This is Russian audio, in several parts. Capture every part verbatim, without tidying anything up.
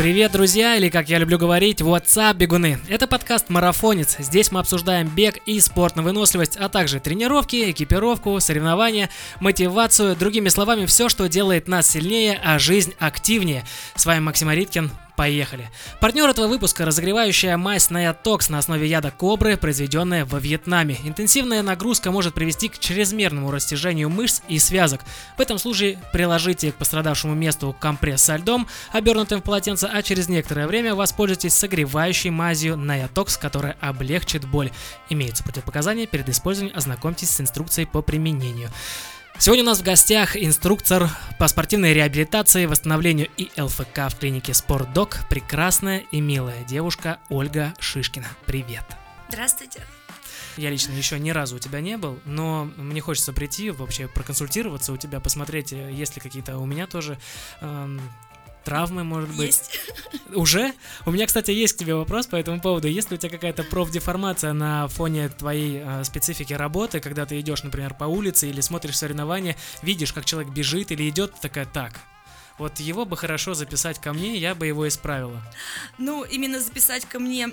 Привет, друзья, или как я люблю говорить, what's up, бегуны. Это подкаст «Марафонец». Здесь мы обсуждаем бег и спорт на выносливость, а также тренировки, экипировку, соревнования, мотивацию, другими словами, все, что делает нас сильнее, а жизнь активнее. С вами Максим Ариткин. Поехали! Партнер этого выпуска – разогревающая мазь Наятокс на основе яда кобры, произведенная во Вьетнаме. Интенсивная нагрузка может привести к чрезмерному растяжению мышц и связок. В этом случае приложите к пострадавшему месту компресс со льдом, обернутым в полотенце, а через некоторое время воспользуйтесь согревающей мазью Наятокс, которая облегчит боль. Имеются противопоказания, перед использованием ознакомьтесь с инструкцией по применению. Сегодня у нас в гостях инструктор по спортивной реабилитации, восстановлению и ЛФК в клинике «Спортдок», прекрасная и милая девушка Ольга Шишкина. Привет! Здравствуйте! Я лично еще ни разу у тебя не был, но мне хочется прийти, вообще проконсультироваться у тебя, посмотреть, есть ли какие-то у меня тоже... Эм... Травмы, может быть. Есть. Уже? У меня, кстати, есть к тебе вопрос по этому поводу. Есть ли у тебя какая-то профдеформация на фоне твоей э, специфики работы, когда ты идешь, например, по улице или смотришь соревнования, видишь, как человек бежит или идет, такая, так, вот его бы хорошо записать ко мне, я бы его исправила. Ну, именно записать ко мне...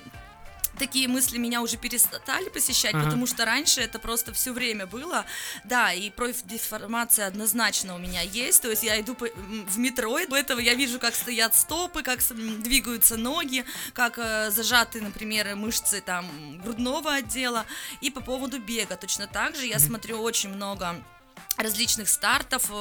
Такие мысли меня уже перестали посещать, ага. Потому что раньше это просто все время было. Да, и профдеформация однозначно у меня есть. То есть я иду по, в метро, и до этого я вижу, как стоят стопы, как двигаются ноги, как э, зажаты, например, мышцы там грудного отдела. И по поводу бега точно так же я mm-hmm. смотрю очень много различных стартов,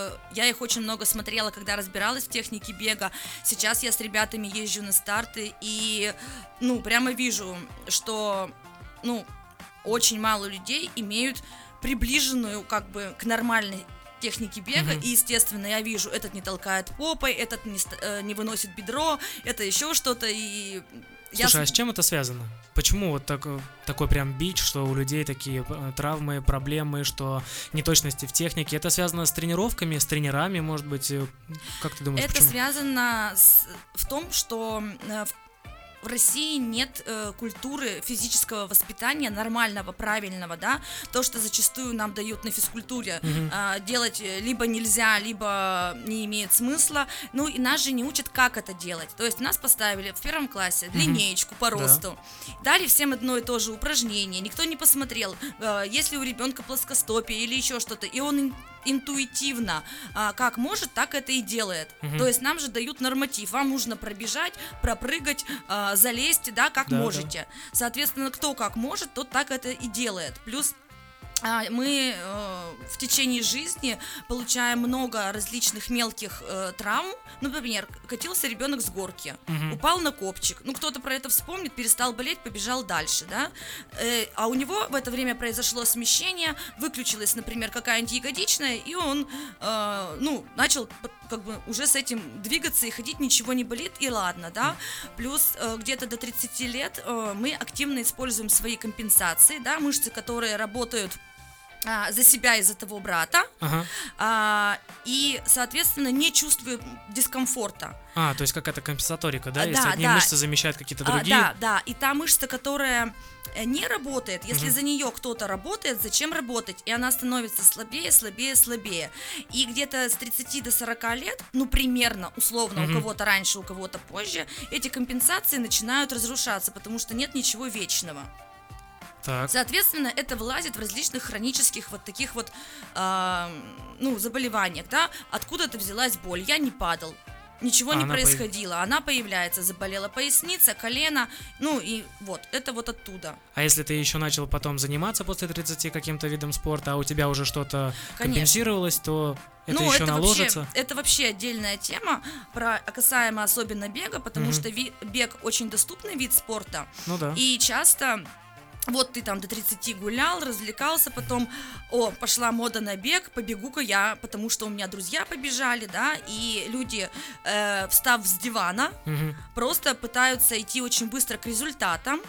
я их очень много смотрела, когда разбиралась в технике бега. Сейчас я с ребятами езжу на старты и, ну, прямо вижу, что, ну, очень мало людей имеют приближенную, как бы, к нормальной техники бега, mm-hmm. и, естественно, я вижу, этот не толкает попой, этот не, не выносит бедро, это еще что-то, и... Слушай, я... а с чем это связано? Почему вот так, такой прям бич, что у людей такие травмы, проблемы, что неточности в технике? Это связано с тренировками, с тренерами, может быть? Как ты думаешь, это почему? связано с, в том, что в В России нет э, культуры физического воспитания нормального, правильного, да, то, что зачастую нам дают на физкультуре, mm-hmm. э, делать либо нельзя, либо не имеет смысла, ну и нас же не учат, как это делать, то есть нас поставили в первом классе mm-hmm. линеечку по росту, yeah. дали всем одно и то же упражнение, никто не посмотрел, э, есть ли у ребенка плоскостопие или еще что-то, и он интуитивно, а, как может, так это и делает. Uh-huh. То есть нам же дают норматив, вам нужно пробежать, пропрыгать, а, залезть, да, как да, можете. Да. Соответственно, кто как может, тот так это и делает. Плюс а, мы э, в течение жизни получаем много различных мелких э, травм. Ну, например, катился ребенок с горки, uh-huh. упал на копчик. Ну, кто-то про это вспомнит, перестал болеть, побежал дальше, да. Э, а у него в это время произошло смещение, выключилась, например, какая-нибудь ягодичная, и он, э, ну, начал как бы уже с этим двигаться и ходить, ничего не болит, и ладно, да. Uh-huh. Плюс э, где-то до тридцати лет э, мы активно используем свои компенсации, да, мышцы, которые работают А, за себя и за того брата, ага. а, и, соответственно, не чувствую дискомфорта. А, то есть какая-то компенсаторика, да? А, если да, одни да. мышцы замещают какие-то другие? А, да, да, и та мышца, которая не работает, если угу. за нее кто-то работает, зачем работать? И она становится слабее, слабее, слабее. И где-то с тридцати до сорока лет, ну, примерно, условно, угу. у кого-то раньше, у кого-то позже, эти компенсации начинают разрушаться, потому что нет ничего вечного. Так. Соответственно, это вылазит в различных хронических вот таких вот э, ну, заболеваниях, да, откуда-то взялась боль, я не падал, ничего а не происходило, появ... она появляется, заболела поясница, колено, ну и вот, это вот оттуда. А если ты еще начал потом заниматься после тридцати каким-то видом спорта, а у тебя уже что-то Конечно. компенсировалось, то это ну, еще это наложится? Вообще, это вообще отдельная тема, про, касаемо особенно бега, потому угу. что ви, бег очень доступный вид спорта, ну, да. и часто... Вот ты там до тридцати гулял, развлекался, потом, о, пошла мода на бег, побегу-ка я, потому что у меня друзья побежали, да, и люди, э, встав с дивана, угу. просто пытаются идти очень быстро к результатам.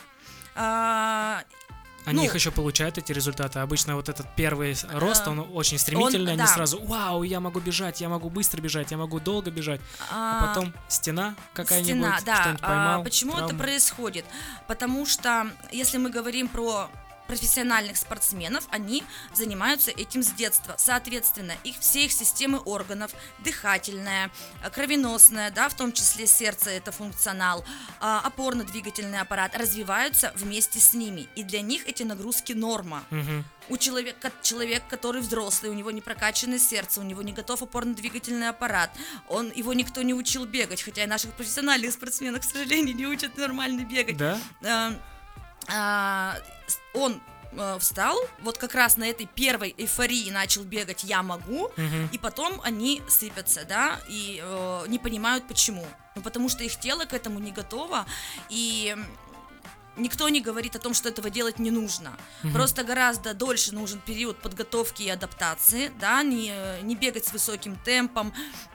Э, Они ну, их еще получают, эти результаты. Обычно вот этот первый рост, он очень стремительный, он, они да. сразу, вау, я могу бежать, я могу быстро бежать, я могу долго бежать. А, а потом стена какая-нибудь, стена, да. что-нибудь поймал. А почему травма. это происходит? Потому что, если мы говорим про профессиональных спортсменов, они занимаются этим с детства. Соответственно, их, все их системы органов, дыхательная, кровеносная, да, в том числе сердце, это функционал, опорно-двигательный аппарат, развиваются вместе с ними. И для них эти нагрузки норма. Угу. У человека, человек, который взрослый, у него не прокачанное сердце, у него не готов опорно-двигательный аппарат, он, его никто не учил бегать, хотя и наших профессиональных спортсменов, к сожалению, не учат нормально бегать. Да? А, а, он а, встал, вот как раз на этой первой эйфории начал бегать «я могу», угу. и потом они сыпятся, да, и э, не понимают почему. Ну, потому что их тело к этому не готово, и... Никто не говорит о том, что этого делать не нужно. Угу. Просто гораздо дольше нужен период подготовки и адаптации, да, не, не бегать с высоким темпом.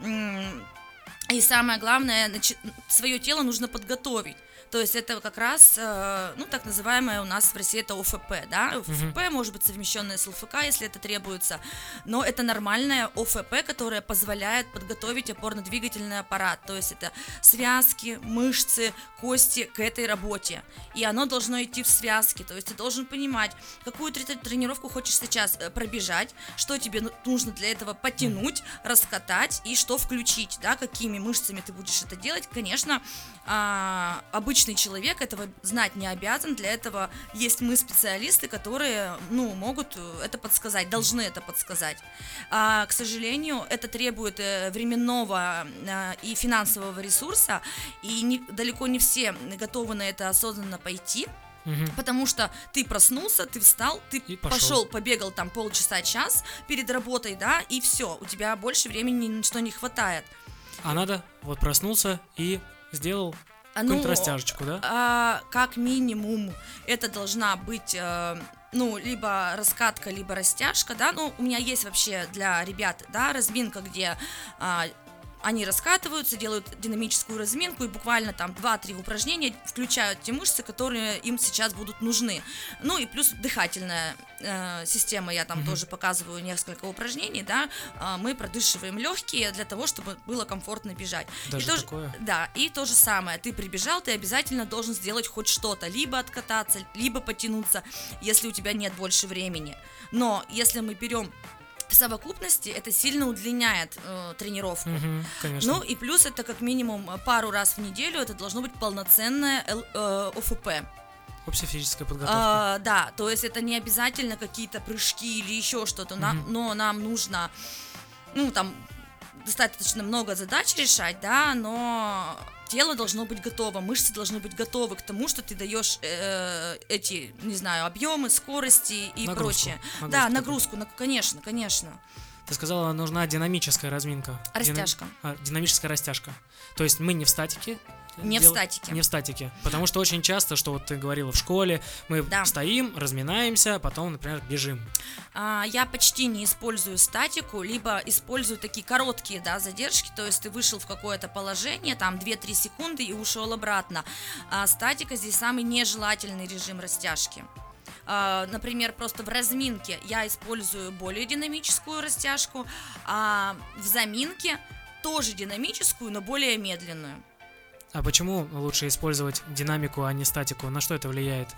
И самое главное, свое тело нужно подготовить. То есть это как раз, ну, так называемое у нас в России это ОФП, да, ОФП uh-huh. может быть совмещенное с ЛФК, если это требуется, но это нормальное ОФП, которое позволяет подготовить опорно-двигательный аппарат, то есть это связки, мышцы, кости к этой работе, и оно должно идти в связке, то есть ты должен понимать, какую тренировку хочешь сейчас пробежать, что тебе нужно для этого потянуть, раскатать и что включить, да, какими мышцами ты будешь это делать, конечно, обычно Обычный человек этого знать не обязан, для этого есть мы специалисты, которые, ну, могут это подсказать, должны это подсказать. А, к сожалению, это требует временного и финансового ресурса, и не, далеко не все готовы на это осознанно пойти. Угу. Потому что ты проснулся, ты встал, ты пошел. пошел, побегал там полчаса, час перед работой, да, и все, у тебя больше времени ни на что не хватает. А надо, вот проснулся и сделал какую-нибудь ну, растяжечку, да? А, как минимум, это должна быть, а, ну, либо раскатка, либо растяжка, да, ну, у меня есть вообще для ребят, да, разминка, где а, они раскатываются, делают динамическую разминку и буквально там два-три упражнения включают те мышцы, которые им сейчас будут нужны. Ну и плюс дыхательная э, система, я там mm-hmm. тоже показываю несколько упражнений, да, э, мы продышиваем легкие для того, чтобы было комфортно бежать. Даже и такое? То, да, и то же самое, ты прибежал, ты обязательно должен сделать хоть что-то, либо откататься, либо потянуться, если у тебя нет больше времени. Но если мы берем в совокупности, это сильно удлиняет э, тренировку. Угу, конечно. Ну и плюс это как минимум пару раз в неделю, это должно быть полноценное э, ОФП. Общая физическая подготовка. А, да, то есть это не обязательно какие-то прыжки или еще что-то, угу. нам, но нам нужно, ну там, достаточно много задач решать, да, но тело должно быть готово, мышцы должны быть готовы к тому, что ты даешь э, эти, не знаю, объемы, скорости и нагрузку, прочее. Нагрузку. Да, нагрузку, на, конечно, конечно. Ты сказала, нужна динамическая разминка. Растяжка. Дина... А, динамическая растяжка. То есть мы не в статике. Не дел... в статике. Не в статике. Потому что очень часто, что вот ты говорила в школе, мы да. стоим, разминаемся, потом, например, бежим. А, я почти не использую статику, либо использую такие короткие, да, задержки, то есть ты вышел в какое-то положение, там две-три секунды и ушел обратно. А статика здесь самый нежелательный режим растяжки. Uh, например, просто в разминке я использую более динамическую растяжку, а в заминке тоже динамическую, но более медленную. А почему лучше использовать динамику, а не статику? На что это влияет?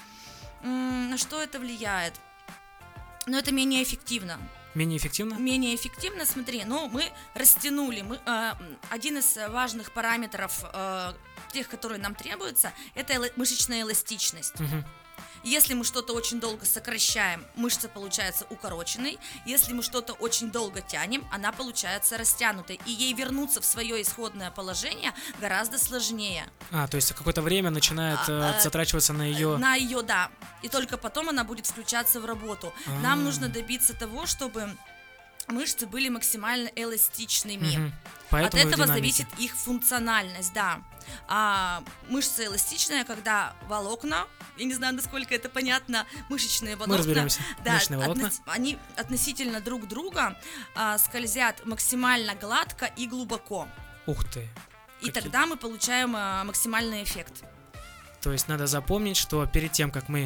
Mm, на что это влияет? Ну, это менее эффективно. Менее эффективно? Менее эффективно, смотри, ну, мы растянули, мы, э, один из важных параметров, э, тех, которые нам требуются, это эло- мышечная эластичность. Угу. Если мы что-то очень долго сокращаем, мышца получается укороченной. Если мы что-то очень долго тянем, она получается растянутой. И ей вернуться в свое исходное положение гораздо сложнее. А, то есть какое-то время начинает а, затрачиваться на ее... На ее, да. И только потом она будет включаться в работу. А-а-а. Нам нужно добиться того, чтобы мышцы были максимально эластичными. Угу. От этого зависит их функциональность, да. А мышца эластичная, когда волокна, я не знаю, насколько это понятно, мышечные волокна, мы разберемся. Да, волокна. Отно- они относительно друг друга а, скользят максимально гладко и глубоко. Ух ты! И Какие... тогда мы получаем а, максимальный эффект. То есть надо запомнить, что перед тем, как мы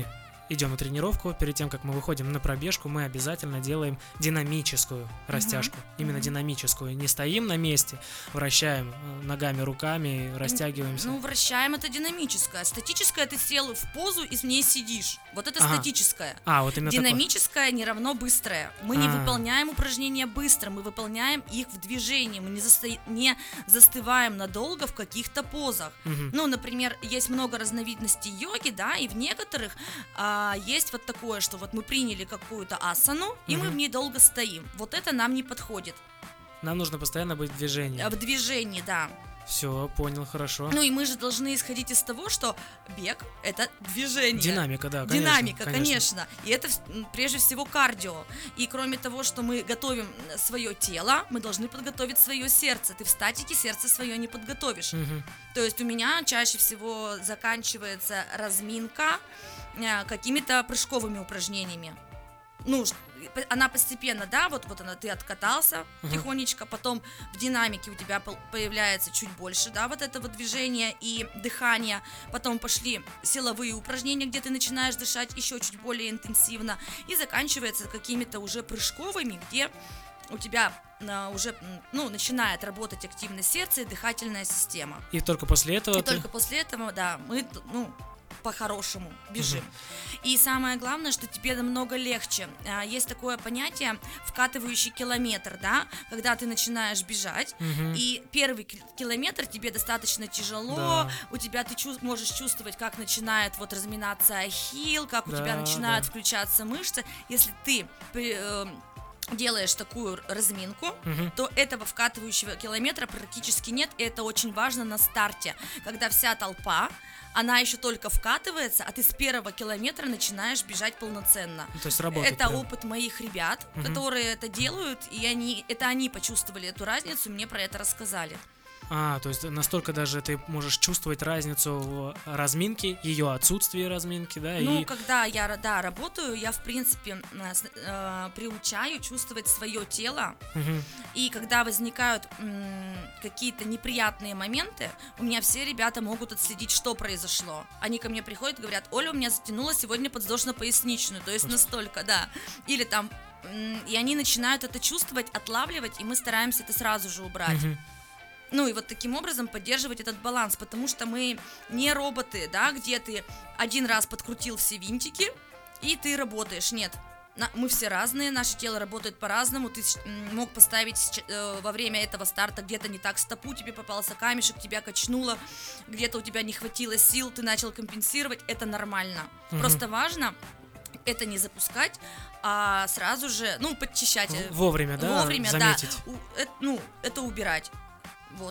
идем на тренировку, перед тем, как мы выходим на пробежку, мы обязательно делаем динамическую растяжку. Mm-hmm. Именно mm-hmm. динамическую. Не стоим на месте, вращаем ногами, руками, растягиваемся. Ну, вращаем — это динамическое. Статическое — ты сел в позу и в ней сидишь. Вот это ага. статическое. А, вот именно Динамическое такое. Не равно быстрое. Мы А-а-а. не выполняем упражнения быстро, мы выполняем их в движении. Мы не, засто... не застываем надолго в каких-то позах. Mm-hmm. Ну, например, есть много разновидностей йоги, да, и в некоторых а, есть вот такое, что вот мы приняли какую-то асану, и mm-hmm. мы в ней долго стоим. Вот это нам не подходит. Нам нужно постоянно быть в движении. В движении, да. Все, понял, хорошо. Ну и мы же должны исходить из того, что бег — это движение. Динамика, да, конечно. Динамика, конечно. конечно. И это прежде всего кардио. И кроме того, что мы готовим свое тело, мы должны подготовить свое сердце. Ты в статике сердце свое не подготовишь. Угу. То есть у меня чаще всего заканчивается разминка какими-то прыжковыми упражнениями. Ну, она постепенно, да, вот, вот она, ты откатался uh-huh. тихонечко, потом в динамике у тебя появляется чуть больше, да, вот этого движения и дыхания, потом пошли силовые упражнения, где ты начинаешь дышать еще чуть более интенсивно, и заканчивается какими-то уже прыжковыми, где у тебя а, уже, ну, начинает работать активно сердце и дыхательная система. И только после этого И ты... только после этого, да, мы, ну... по-хорошему бежим. Uh-huh. И самое главное, что тебе намного легче. Есть такое понятие вкатывающий километр, да, когда ты начинаешь бежать, uh-huh. и первый километр тебе достаточно тяжело, да. у тебя ты чу- можешь чувствовать, как начинает вот разминаться ахилл, как у да, тебя начинают да. включаться мышцы. Если ты э, делаешь такую разминку, uh-huh. то этого вкатывающего километра практически нет, и это очень важно на старте, когда вся толпа, она еще только вкатывается, а ты с первого километра начинаешь бежать полноценно. То есть работает, это прям. Опыт моих ребят, uh-huh. которые это делают, и они, это они почувствовали эту разницу, мне про это рассказали. А, то есть настолько даже ты можешь чувствовать разницу в разминке, ее отсутствие разминки, да? Ну, и... когда я, да, работаю, я, в принципе, э, приучаю чувствовать свое тело, угу. и когда возникают м, какие-то неприятные моменты, у меня все ребята могут отследить, что произошло. Они ко мне приходят и говорят: Оля, у меня затянула сегодня подвздошно-поясничную, то есть Просто. настолько, да. Или там, м, и они начинают это чувствовать, отлавливать, и мы стараемся это сразу же убрать. Угу. Ну и вот таким образом поддерживать этот баланс, потому что мы не роботы, да, где ты один раз подкрутил все винтики и ты работаешь. Нет, на, мы все разные, наше тело работает по-разному. Ты мог поставить э, во время этого старта где-то не так стопу, тебе попался камешек, тебя качнуло, где-то у тебя не хватило сил, ты начал компенсировать, это нормально. Угу. Просто важно это не запускать, а сразу же, ну, подчищать. Вовремя, да, Вовремя, заметить. Да, это, ну, это убирать. Вот.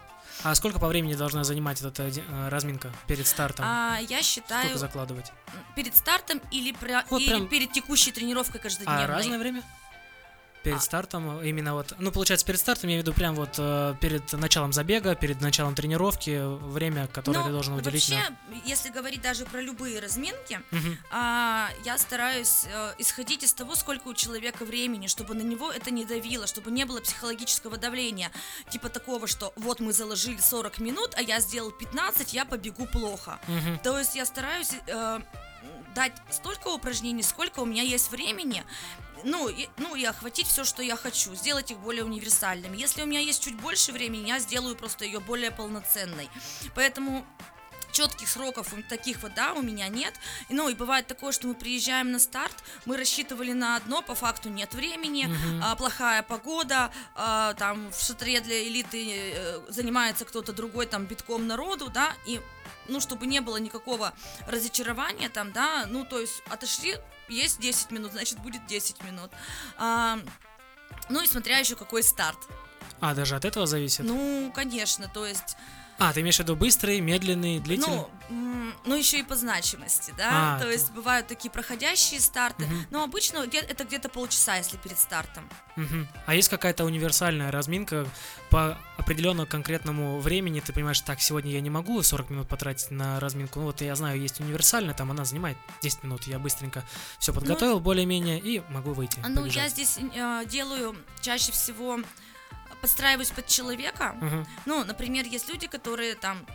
А сколько по времени должна занимать эта э, разминка перед стартом? А, я считаю... Сколько закладывать? Перед стартом или, про... вот или прям... перед текущей тренировкой каждодневной? А разное время? Перед а. стартом, именно вот, ну, получается, перед стартом, я имею в виду прям вот э, перед началом забега, перед началом тренировки, время, которое ну, ты должен уделить. Вообще, на... если говорить даже про любые разминки, угу. а, я стараюсь э, исходить из того, сколько у человека времени, чтобы на него это не давило, чтобы не было психологического давления, типа такого, что вот мы заложили сорок минут, а я сделал пятнадцать, я побегу плохо. Угу. То есть я стараюсь... Э, дать столько упражнений, сколько у меня есть времени, ну и, ну и охватить все, что я хочу, сделать их более универсальными. Если у меня есть чуть больше времени, я сделаю просто ее более полноценной. Поэтому четких сроков таких вот, да, у меня нет. Ну и бывает такое, что мы приезжаем на старт, мы рассчитывали на одно, по факту нет времени, uh-huh. а, плохая погода, а, там в шатре для элиты э, занимается кто-то другой, там битком народу, да, и ну, чтобы не было никакого разочарования там, да, ну, то есть отошли, есть десять минут, значит, будет десять минут. А, ну, и смотря еще какой старт. А, даже от этого зависит? Ну, конечно, то есть... А, ты имеешь в виду быстрый, медленный, длительный? Ну, ну еще и по значимости, да, а, то ты... есть бывают такие проходящие старты, угу. но обычно это где-то полчаса, если перед стартом. Угу. А есть какая-то универсальная разминка по определенному конкретному времени, ты понимаешь, так, сегодня я не могу сорок минут потратить на разминку, ну вот я знаю, есть универсальная, там она занимает десять минут, я быстренько все подготовил ну, более-менее и могу выйти, Ну, побежать. я здесь э, делаю чаще всего... подстраиваюсь под человека. Uh-huh. Ну, например, есть люди, которые там, ну,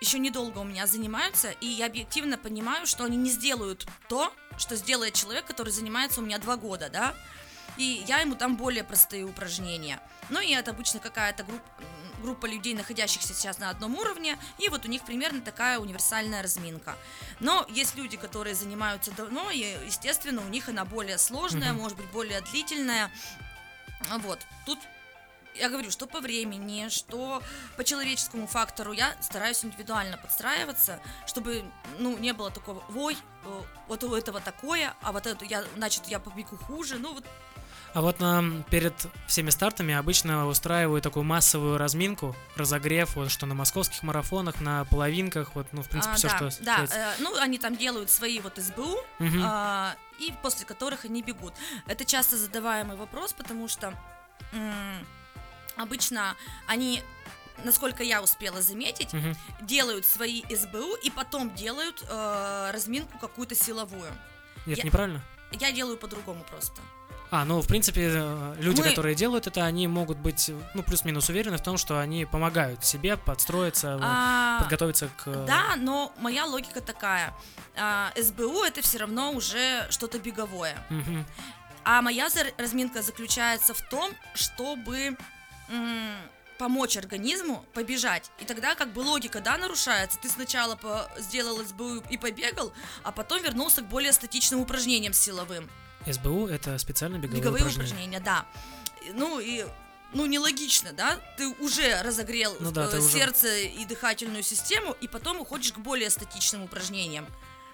еще недолго у меня занимаются, и я объективно понимаю, что они не сделают то, что сделает человек, который занимается у меня два года, да, и я ему там более простые упражнения. Ну и это обычно какая-то группа, группа людей, находящихся сейчас на одном уровне, и вот у них примерно такая универсальная разминка. Но есть люди, которые занимаются давно, и, естественно, у них она более сложная, mm-hmm. может быть, более длительная. Вот, тут я говорю, что по времени, что по человеческому фактору я стараюсь индивидуально подстраиваться, чтобы, ну, не было такого, ой, вот у этого такое, а вот это я, значит, я побегу хуже, ну вот. А вот нам перед всеми стартами обычно устраивают такую массовую разминку, разогрев, вот что на московских марафонах, на половинках, вот, ну, в принципе, а, все, да, что... Да, э, ну, они там делают свои вот эс бэ у, угу. э, и после которых они бегут. Это часто задаваемый вопрос, потому что м- обычно они, насколько я успела заметить, угу. делают свои эс бэ у и потом делают э, разминку какую-то силовую. Это я, неправильно? Я делаю по-другому просто. А, ну, в принципе, люди, Мы... которые делают это, они могут быть, ну, плюс-минус уверены в том, что они помогают себе подстроиться, а... подготовиться к... Да, но моя логика такая. эс бэ у это все равно уже что-то беговое. Угу. А моя разминка заключается в том, чтобы м- помочь организму побежать. И тогда как бы логика, да, нарушается. Ты сначала по- сделал эс бэ у и побегал, а потом вернулся к более статичным упражнениям силовым. эс бэ у это специально беговые, беговые упражнения. упражнения, да. Ну и ну нелогично, да? Ты уже разогрел ну, да, э, сердце уже... и дыхательную систему, и потом уходишь к более статичным упражнениям.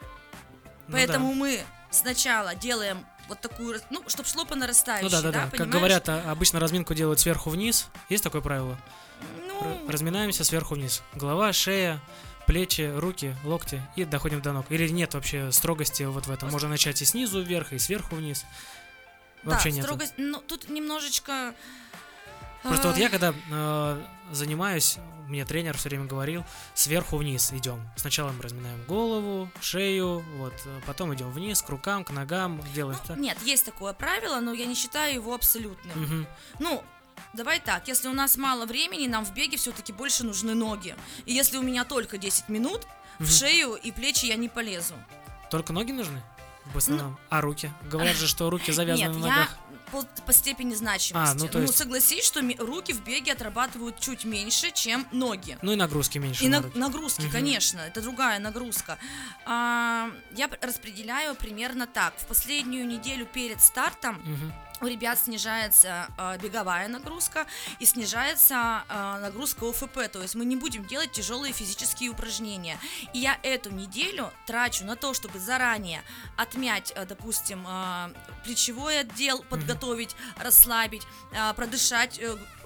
Ну, Поэтому да. мы сначала делаем вот такую, ну, чтобы шло по нарастающей, ну, да, да, да, да. Как говорят, обычно разминку делают сверху вниз. Есть такое правило? Ну... Разминаемся сверху вниз. Голова, шея, плечи, руки, локти и доходим до ног. Или нет вообще строгости вот в этом? Просто... Можно начать и снизу вверх, и сверху вниз. Вообще да, нет. строгость, ну, тут немножечко... Просто вот я когда э, занимаюсь, мне тренер все время говорил, сверху вниз идем. Сначала мы разминаем голову, шею, вот, потом идем вниз, к рукам, к ногам, делаем. Ну, нет, есть такое правило, но я не считаю его абсолютным. Угу. Ну, давай так, если у нас мало времени, нам в беге все-таки больше нужны ноги. И если у меня только десять минут, угу. в шею и плечи я не полезу. Только ноги нужны? В основном. Ну, а руки? Говорят же, что руки завязаны нет, на ногах. Я... По, по степени значимости. А, ну, то есть... ну, согласись, что ми- руки в беге отрабатывают чуть меньше, чем ноги. Ну и нагрузки меньше. И на на- нагрузки, угу. конечно, это другая нагрузка. А, я распределяю примерно так. В последнюю неделю перед стартом угу. у ребят снижается а, беговая нагрузка и снижается а, нагрузка о эф пэ, то есть мы не будем делать тяжелые физические упражнения. И я эту неделю трачу на то, чтобы заранее отмять, а, допустим, а, плечевой отдел, подготовить, готовить, расслабить, продышать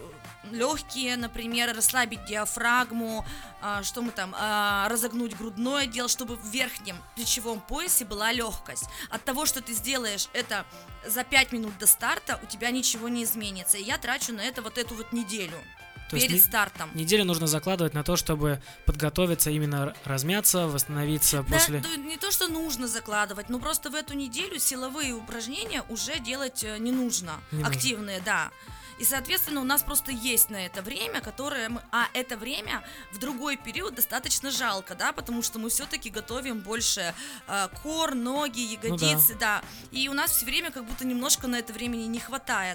легкие, например, расслабить диафрагму, что мы там, разогнуть грудной отдел, чтобы в верхнем плечевом поясе была легкость. От того, что ты сделаешь это за пять минут до старта, у тебя ничего не изменится. И я трачу на это вот эту вот неделю. То перед есть стартом. Неделю нужно закладывать на то, чтобы подготовиться, именно размяться, восстановиться да, после... Да, не то, что нужно закладывать, но просто в эту неделю силовые упражнения уже делать не нужно. Не активные, нужно. Да. И, соответственно, у нас просто есть на это время, которое мы... А это время в другой период достаточно жалко, да, потому что мы все-таки готовим больше э, кор, ноги, ягодицы, ну, да. да. И у нас все время как будто немножко на это времени не хватает.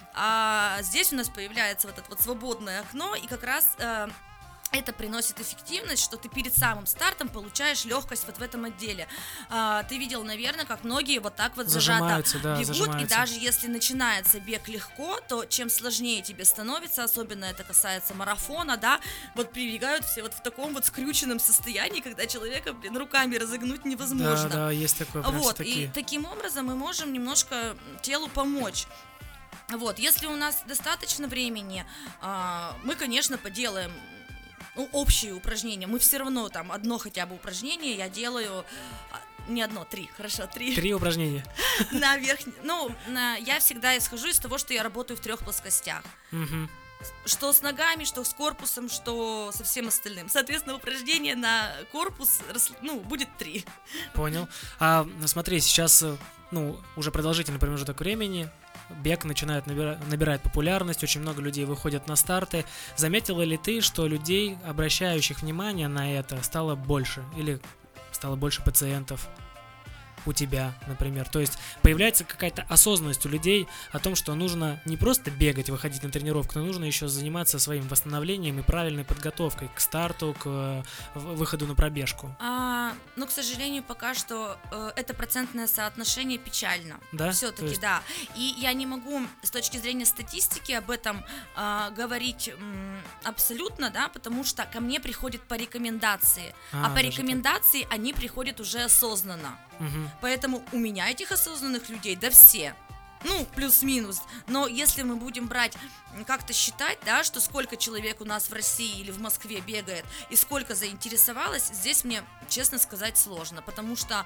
А здесь у нас появляется вот это вот свободное окно, и как раз... Э, это приносит эффективность, что ты перед самым стартом получаешь легкость вот в этом отделе. А, ты видел, наверное, как многие вот так вот зажато да, бегут, зажимаются. И даже если начинается бег легко, то чем сложнее тебе становится, особенно это касается марафона, да, вот прибегают все вот в таком вот скрюченном состоянии, когда человека, блин, руками разогнуть невозможно. Да, да, есть такое. Вот, такие. И таким образом мы можем немножко телу помочь. Вот, если у нас достаточно времени, мы, конечно, поделаем ну, общие упражнения. Мы все равно там одно хотя бы упражнение я делаю, не одно, три, хорошо, три. Три упражнения. На верхней, ну, я всегда исхожу из того, что я работаю в трех плоскостях. что с ногами, что с корпусом, что со всем остальным. Соответственно, упражнение на корпус, ну, будет три. Понял. А смотри, сейчас, ну, уже продолжительный промежуток времени, бег начинает набира- набирать популярность, очень много людей выходят на старты. Заметила ли ты, что людей, обращающих внимание на это, стало больше? Или стало больше пациентов у тебя, например? То есть появляется какая-то осознанность у людей о том, что нужно не просто бегать, выходить на тренировку, но нужно еще заниматься своим восстановлением и правильной подготовкой к старту, к э, выходу на пробежку. А, ну, к сожалению, пока что э, это процентное соотношение печально. Да? Все-таки, есть... да. И я не могу с точки зрения статистики об этом э, говорить м, абсолютно, да, потому что ко мне приходят по рекомендации. А, а по рекомендации так. Они приходят уже осознанно. Угу. Поэтому у меня этих осознанных людей, да все, ну, плюс-минус. Но если мы будем брать, как-то считать, да, что сколько человек у нас в России или в Москве бегает и сколько заинтересовалось, здесь мне, честно сказать, сложно, потому что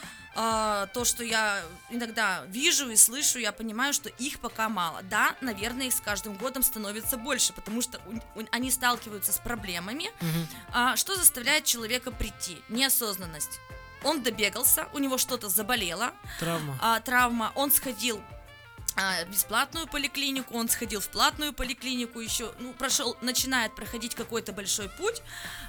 э, то, что я иногда вижу и слышу, я понимаю, что их пока мало. Да, наверное, их с каждым годом становится больше, потому что у, у, они сталкиваются с проблемами, угу. э, что заставляет человека прийти. Неосознанность. Он добегался, у него что-то заболело. Травма. А, травма. Он сходил а, в бесплатную поликлинику, он сходил в платную поликлинику, еще, ну, прошел, начинает проходить какой-то большой путь.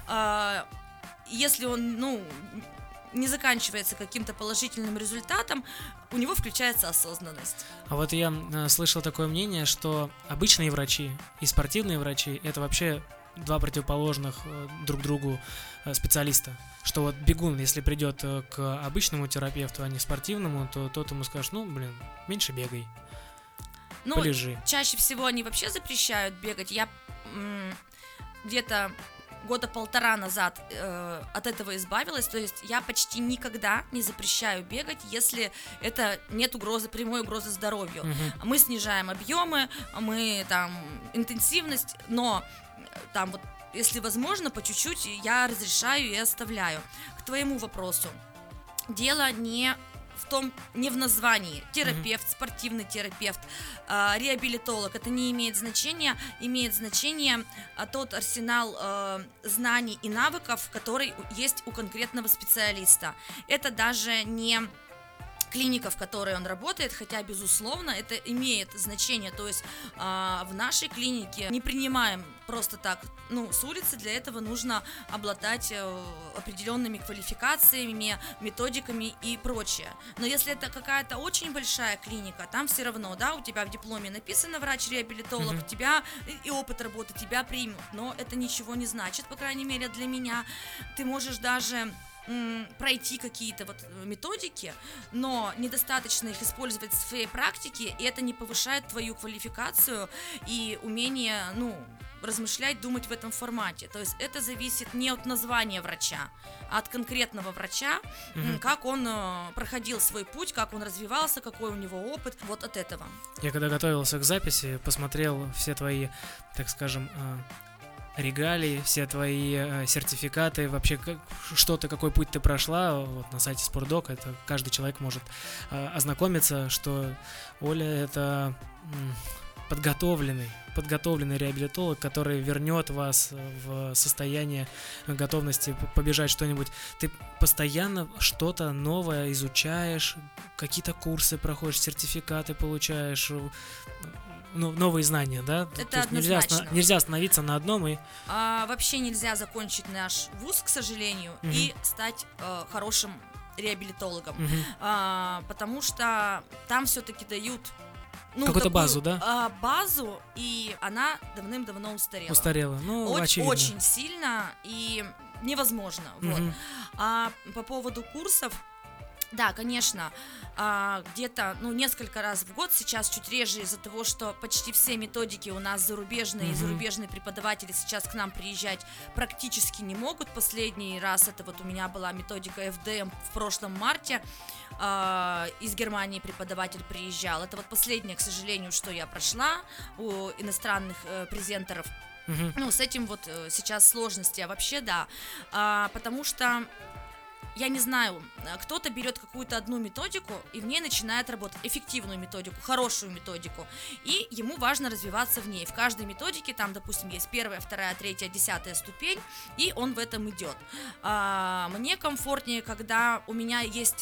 А, если он, ну, не заканчивается каким-то положительным результатом, у него включается осознанность. А вот я э, слышал такое мнение, что обычные врачи и спортивные врачи — это вообще два противоположных э, друг другу э, специалиста. Что вот бегун, если придет э, к обычному терапевту, а не спортивному, то тот ему скажет: ну, блин, меньше бегай, ну, полежи. Чаще всего они вообще запрещают бегать. Я м- где-то года полтора назад э, от этого избавилась, то есть я почти никогда не запрещаю бегать, если это нет угрозы, прямой угрозы здоровью. Uh-huh. Мы снижаем объемы, мы там интенсивность, но там вот, если возможно, по чуть-чуть я разрешаю и оставляю. К твоему вопросу. Дело не в том, не в названии. Терапевт, mm-hmm. спортивный терапевт, э, реабилитолог. Это не имеет значения. Имеет значение э, тот арсенал э, знаний и навыков, который есть у конкретного специалиста. Это даже не клиника, в которой он работает, хотя, безусловно, это имеет значение. То есть э, в нашей клинике не принимаем просто так, ну, с улицы. Для этого нужно обладать э, определенными квалификациями, методиками и прочее. Но если это какая-то очень большая клиника, там все равно, да, у тебя в дипломе написано врач-реабилитолог, mm-hmm. тебя и опыт работы тебя примут, но это ничего не значит, по крайней мере, для меня. Ты можешь даже пройти какие-то вот методики, но недостаточно их использовать в своей практике, и это не повышает твою квалификацию и умение, ну, размышлять, думать в этом формате. То есть это зависит не от названия врача, а от конкретного врача, mm-hmm. как он проходил свой путь, как он развивался, какой у него опыт, вот от этого. Я когда готовился к записи, посмотрел все твои, так скажем, регалии, все твои э, сертификаты, вообще как, что ты, какой путь ты прошла, вот на сайте Спортдок, это каждый человек может э, ознакомиться, что Оля — это м, подготовленный, подготовленный реабилитолог, который вернет вас в состояние готовности побежать что-нибудь. Ты постоянно что-то новое изучаешь, какие-то курсы проходишь, сертификаты получаешь, ну, новые знания, да? Это То есть нельзя, нельзя остановиться на одном и... А, вообще нельзя закончить наш вуз, к сожалению, угу. и стать э, хорошим реабилитологом, угу. а, потому что там все-таки дают... Ну, какую-то такую, базу, да? А, базу, и она давным-давно устарела. Устарела, ну, очень, очевидно. Очень сильно и невозможно. Угу. Вот. А по поводу курсов, да, конечно, где-то, ну, несколько раз в год, сейчас чуть реже из-за того, что почти все методики у нас зарубежные, mm-hmm. и зарубежные преподаватели сейчас к нам приезжать практически не могут. Последний раз это вот у меня была методика эф дэ эм в прошлом марте, из Германии преподаватель приезжал. Это вот последнее, к сожалению, что я прошла у иностранных презентеров. Mm-hmm. Ну, с этим вот сейчас сложности, а вообще, да, потому что я не знаю, кто-то берет какую-то одну методику и в ней начинает работать, эффективную методику, хорошую методику, и ему важно развиваться в ней. В каждой методике там, допустим, есть первая, вторая, третья, десятая ступень, и он в этом идет. А, мне комфортнее, когда у меня есть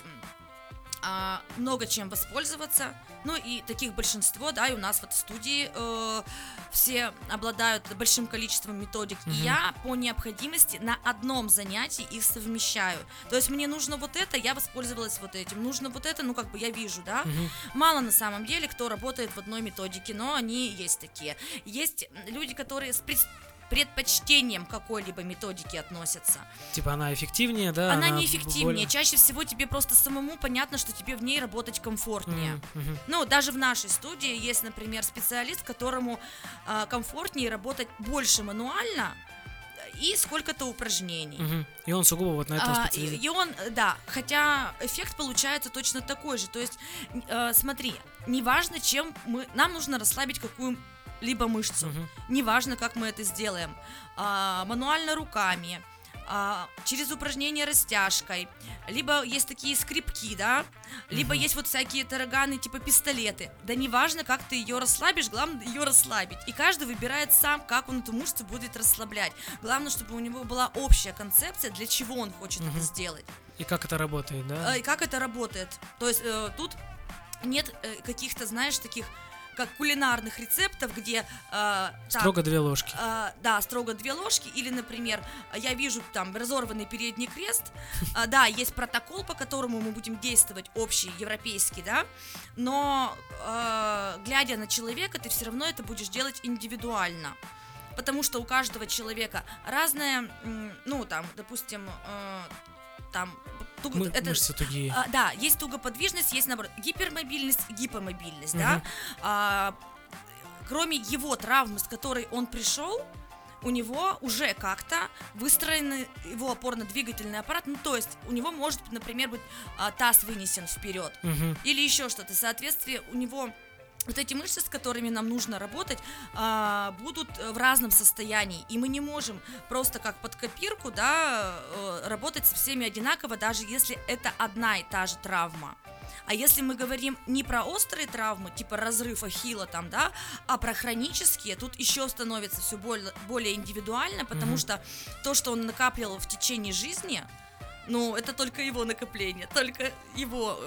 а, много чем воспользоваться, ну и таких большинство, да, и у нас в этой студии э, все обладают большим количеством методик, mm-hmm. и я по необходимости на одном занятии их совмещаю. То есть мне нужно вот это, я воспользовалась вот этим, нужно вот это, ну как бы я вижу, да. Mm-hmm. Мало на самом деле, кто работает в одной методике, но они есть такие. Есть люди, которые с пред... предпочтением какой-либо методики относятся. Типа она эффективнее, да? Она, она не эффективнее. Более... Чаще всего тебе просто самому понятно, что тебе в ней работать комфортнее. Mm-hmm. Ну, даже в нашей студии есть, например, специалист, которому э, комфортнее работать больше мануально и сколько-то упражнений. Mm-hmm. И он сугубо вот на этом а, специализируется. И, и он, да, хотя эффект получается точно такой же. То есть, э, смотри, неважно, чем мы... Нам нужно расслабить какую либо мышцу, uh-huh. неважно, как мы это сделаем, а, мануально руками, а, через упражнение растяжкой, либо есть такие скрипки, да, либо uh-huh. есть вот всякие тараганы, типа пистолеты, да неважно, как ты ее расслабишь, главное ее расслабить, и каждый выбирает сам, как он эту мышцу будет расслаблять, главное, чтобы у него была общая концепция, для чего он хочет uh-huh. это сделать. И как это работает, да? И как это работает, то есть э, тут нет э, каких-то, знаешь, таких как кулинарных рецептов, где... Э, строго так, две ложки. Э, да, строго две ложки. Или, например, я вижу там разорванный передний крест. Э, да, есть протокол, по которому мы будем действовать, общий, европейский, да. Но, э, глядя на человека, ты все равно это будешь делать индивидуально. Потому что у каждого человека разная, ну, там, допустим, э, там... Мы, это, мышцы тугие. А, да, есть тугоподвижность, есть, наоборот, гипермобильность, гипомобильность, uh-huh. да. А, кроме его травмы, с которой он пришел, у него уже как-то выстроен его опорно-двигательный аппарат, ну, то есть у него может, например, быть а, таз вынесен вперед, uh-huh. или еще что-то. В соответствии у него... Вот эти мышцы, с которыми нам нужно работать, а, будут в разном состоянии, и мы не можем просто как под копирку, да, работать со всеми одинаково, даже если это одна и та же травма. А если мы говорим не про острые травмы, типа разрыв ахилла там, да, а про хронические, тут еще становится все более, более индивидуально, потому mm-hmm. что то, что он накапливал в течение жизни, ну, это только его накопление, только его,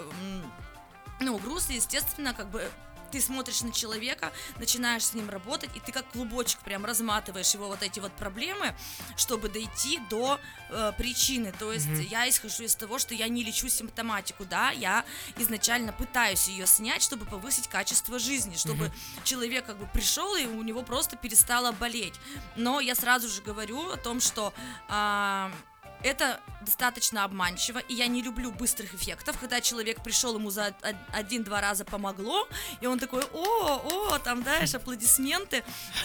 ну, груз, естественно, как бы... Ты смотришь на человека, начинаешь с ним работать, и ты как клубочек прям разматываешь его вот эти вот проблемы, чтобы дойти до э, причины. То есть mm-hmm. я исхожу из того, что я не лечу симптоматику, да, я изначально пытаюсь ее снять, чтобы повысить качество жизни, чтобы mm-hmm. человек как бы пришел, и у него просто перестало болеть. Но я сразу же говорю о том, что... Э, это достаточно обманчиво, и я не люблю быстрых эффектов, когда человек пришел, ему за один-два раза помогло, и он такой, о, о, там, знаешь, аплодисменты,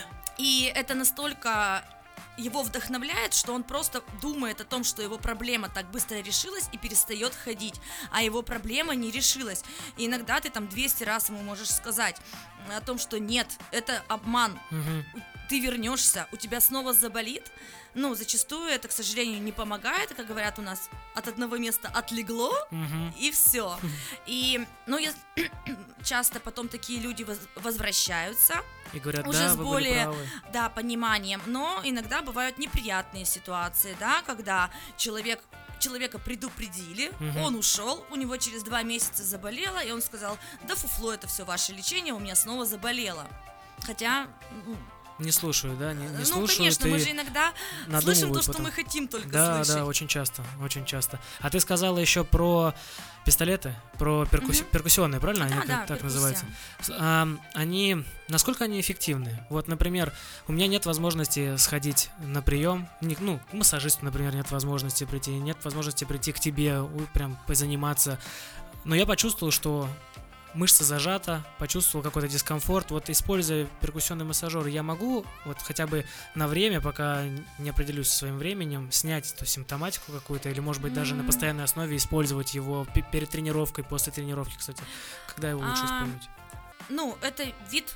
и это настолько его вдохновляет, что он просто думает о том, что его проблема так быстро решилась и перестает ходить, а его проблема не решилась, и иногда ты там двести раз ему можешь сказать о том, что нет, это обман, угу. ты вернешься, у тебя снова заболит. Ну, зачастую это, к сожалению, не помогает, как говорят у нас, от одного места отлегло, uh-huh. и все. Uh-huh. И, ну, я, часто потом такие люди воз, возвращаются. И говорят, уже да, с вы более, были правы. Да, пониманием. Но иногда бывают неприятные ситуации, да, когда человек... Человека предупредили, uh-huh. он ушел, у него через два месяца заболело, и он сказал, да фуфло, это все ваше лечение, у меня снова заболело. Хотя... Не слушаю, да? Не, не ну, слушаю, конечно, мы же иногда слышим то, что потом. мы хотим только да, слышать. Да, да, очень часто, очень часто. А ты сказала еще про пистолеты, про перкусси... угу. перкуссионные, правильно? Да, они да, так, так перкуссия. называются. А, они, насколько они эффективны? Вот, например, у меня нет возможности сходить на прием, не, ну, к массажисту, например, нет возможности прийти, нет возможности прийти к тебе, прям позаниматься. Но я почувствовал, что мышца зажата, почувствовал какой-то дискомфорт. Вот, используя перкуссионный массажер, я могу вот хотя бы на время, пока не определюсь со своим временем, снять эту симптоматику какую-то, или, может быть, mm-hmm. даже на постоянной основе использовать его перед тренировкой, после тренировки, кстати. Когда его лучше а, использовать? Ну, это вид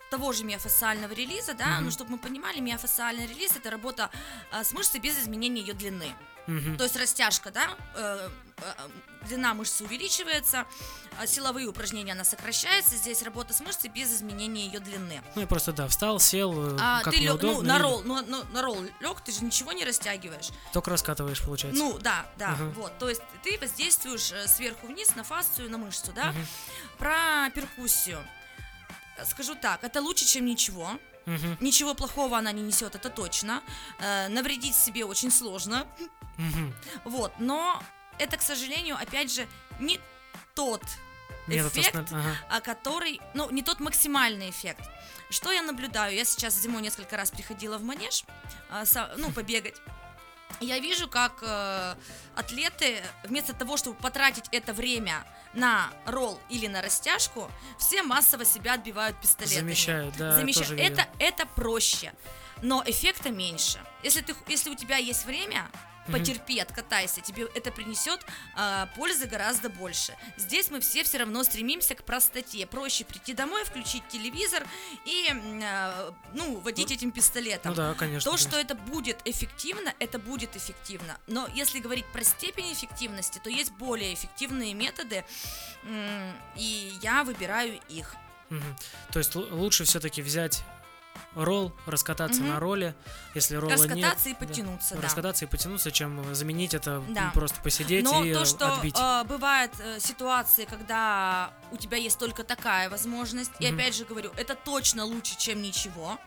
того же миофасциального релиза, да, Мгм. ну, чтобы мы понимали, миофасциальный релиз — это работа а, с мышцей без изменения ее длины. Мгм. То есть растяжка, да, э, э, длина мышцы увеличивается, а силовые упражнения она сокращается, здесь работа с мышцей без изменения ее длины. Ну и просто, да, встал, сел, э, А как ты мне лег, ну, удобно, на и ролл, ну, ну, на ролл лег, ты же ничего не растягиваешь. только раскатываешь, получается. Ну, да, да, Ага. вот, то есть ты воздействуешь э, сверху вниз на фасцию, на мышцу, да. Мгм. Про перкуссию. Скажу так, это лучше, чем ничего. Мгм. Ничего плохого она не несет, это точно. Э, навредить себе очень сложно. Мгм. Вот, но это, к сожалению, опять же, не тот Метод эффект, основ- ага. а который, ну, не тот максимальный эффект. Что я наблюдаю? Я сейчас зимой несколько раз приходила в манеж, а, со- ну, побегать. Я вижу, как э, атлеты, вместо того, чтобы потратить это время на ролл или на растяжку, все массово себя отбивают пистолетами. Замещают, да, Замещают. тоже видел. Это, это проще, но эффекта меньше. Если, ты, если у тебя есть время, Мгм. потерпи, откатайся, тебе это принесет а, пользы гораздо больше. Здесь мы все все равно стремимся к простоте. Проще прийти домой, включить телевизор и, м, а, ну, водить этим пистолетом. Ну да, конечно. То, конечно. что это будет эффективно, это будет эффективно. Но если говорить про степень эффективности, то есть более эффективные методы, м, и я выбираю их. Мгм. То есть л- лучше все-таки взять ролл, раскататься Мгм. на ролле, если ролла нет. Раскататься и да. потянуться, да. Раскататься и потянуться, чем заменить это Да. просто посидеть Но и то, что отбить. э, бывают э, ситуации, когда у тебя есть только такая возможность, и Мгм. опять же говорю, это точно лучше, чем ничего.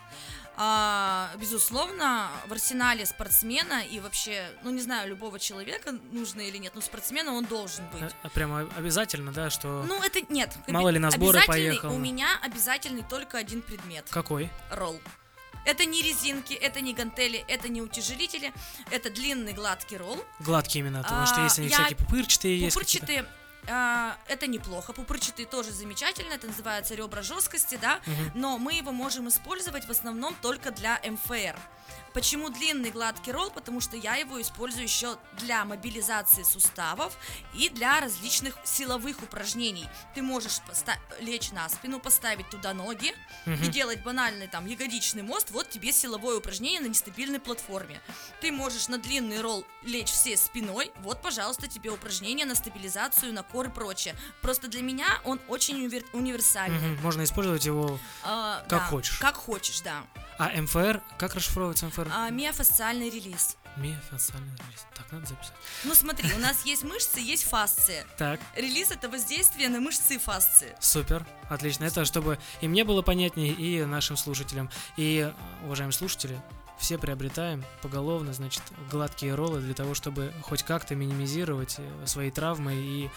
А, безусловно, в арсенале спортсмена и вообще, ну не знаю, любого человека, нужно или нет, но спортсмена он должен быть. А- а прямо обязательно, да, что... Ну, это нет. Мало ли на сборы Обязательный поехал. У меня обязательный только один предмет. Какой? Ролл. Это не резинки, это не гантели, это не утяжелители, это длинный гладкий ролл. Гладкий именно, потому что А, есть они я- всякие пупырчатые, есть какие-то. Пупырчатые, а, это неплохо, пупырчатые тоже замечательно, это называется ребра жесткости, да, Мгм. но мы его можем использовать в основном только для эм эф эр. Почему длинный гладкий ролл? Потому что я его использую еще для мобилизации суставов и для различных силовых упражнений. Ты можешь поста- лечь на спину, поставить туда ноги и Мгм. делать банальный там ягодичный мост, вот тебе силовое упражнение на нестабильной платформе. Ты можешь на длинный ролл лечь всей спиной, вот, пожалуйста, тебе упражнение на стабилизацию, на кор и прочее. Просто для меня он очень универ- универсальный. Мгм. Можно использовать его А, Как да, хочешь. Как хочешь, да. А эм эф эр, как расшифровывается эм эф эр? А, миофасциальный релиз. Миофасциальный релиз. Так, надо записать. Ну смотри, у нас есть мышцы, есть фасция. Так, Релиз — это воздействие на мышцы и фасции. супер, отлично. Это чтобы и мне было понятнее, и нашим слушателям. И, уважаемые слушатели, все приобретаем поголовно, значит, гладкие роллы для того, чтобы хоть как-то минимизировать э, свои травмы. И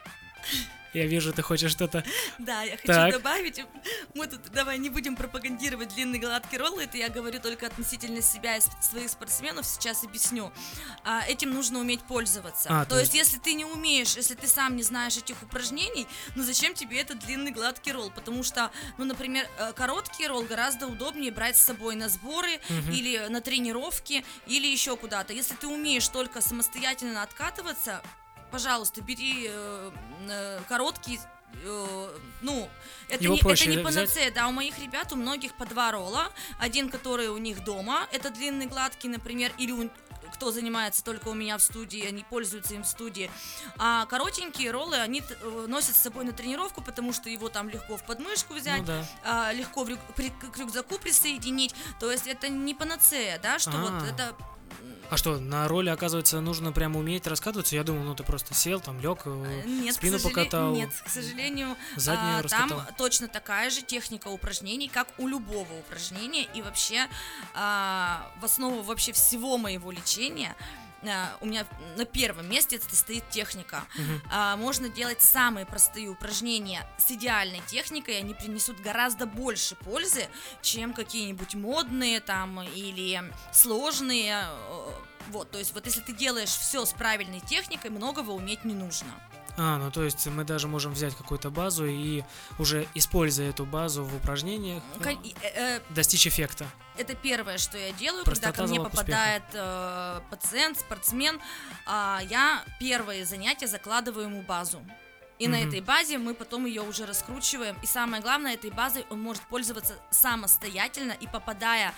я вижу, ты хочешь что-то... Да, я хочу Так. добавить, мы тут давай не будем пропагандировать длинный гладкий ролл, это я говорю только относительно себя и с- своих спортсменов, сейчас объясню. А, этим нужно уметь пользоваться. А, то, то есть, если ты не умеешь, если ты сам не знаешь этих упражнений, ну зачем тебе этот длинный гладкий ролл? Потому что, ну, например, э, короткий ролл гораздо удобнее брать с собой на сборы Мгм. или на тренировки, или еще куда-то. Если ты умеешь только самостоятельно откатываться, пожалуйста, бери э, э, короткий, э, ну, это Его не, проще это не взять? панацея, да, у моих ребят, у многих по два ролла, один, который у них дома, это длинный, гладкий, например, или у- кто занимается только у меня в студии, они пользуются им в студии, а коротенькие роллы они т- э, носят с собой на тренировку, потому что его там легко в подмышку взять, Ну да. а, легко в рю- при- к рюкзаку присоединить, то есть это не панацея, да, что вот А. это... А что, на роли, оказывается, нужно прямо уметь раскатываться? Я думал, ну ты просто сел, там лег, Э, Нет, спину к сожале- покатал, Нет, к сожалению, заднюю а, раскатал. там точно такая же техника упражнений, как у любого упражнения. И вообще а, в основу вообще всего моего лечения а, у меня на первом месте это стоит техника. Мгм. А, можно делать самые простые упражнения с идеальной техникой, и они принесут гораздо больше пользы, чем какие-нибудь модные там или сложные. э, Вот, то есть вот если ты делаешь все с правильной техникой, многого уметь не нужно. А, ну то есть мы даже можем взять какую-то базу и уже, используя эту базу в упражнениях, Кон- и, э, э, достичь эффекта. Это первое, что я делаю, Простота, когда ко мне залог успеха. попадает э, пациент, спортсмен. а, я первые занятия закладываю ему базу. И mm-hmm. на этой базе мы потом ее уже раскручиваем. И самое главное, этой базой он может пользоваться самостоятельно и попадая,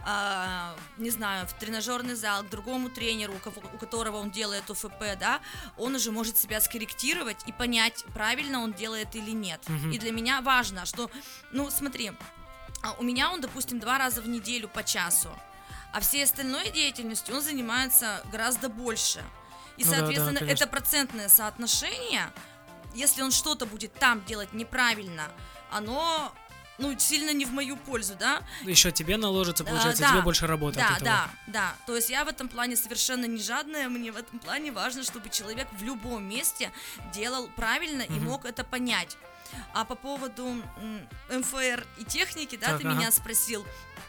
э, не знаю, в тренажерный зал к другому тренеру, у, кого, у которого он делает ОФП, да, он уже может себя скорректировать и понять, правильно он делает или нет. Mm-hmm. И для меня важно, что, ну, смотри, у меня он, допустим, два раза в неделю по часу, а всей остальной деятельностью он занимается гораздо больше. И, ну, соответственно, да, да, это процентное соотношение. Если он что-то будет там делать неправильно, оно, ну, сильно не в мою пользу, да? Еще тебе наложится, получается, а, да, тебе больше работы да, от этого. Да, да, да. То есть я в этом плане совершенно не жадная, мне в этом плане важно, чтобы человек в любом месте делал правильно и угу. мог это понять. А по поводу эм эф эр и техники, да, так, ты ага. меня спросил.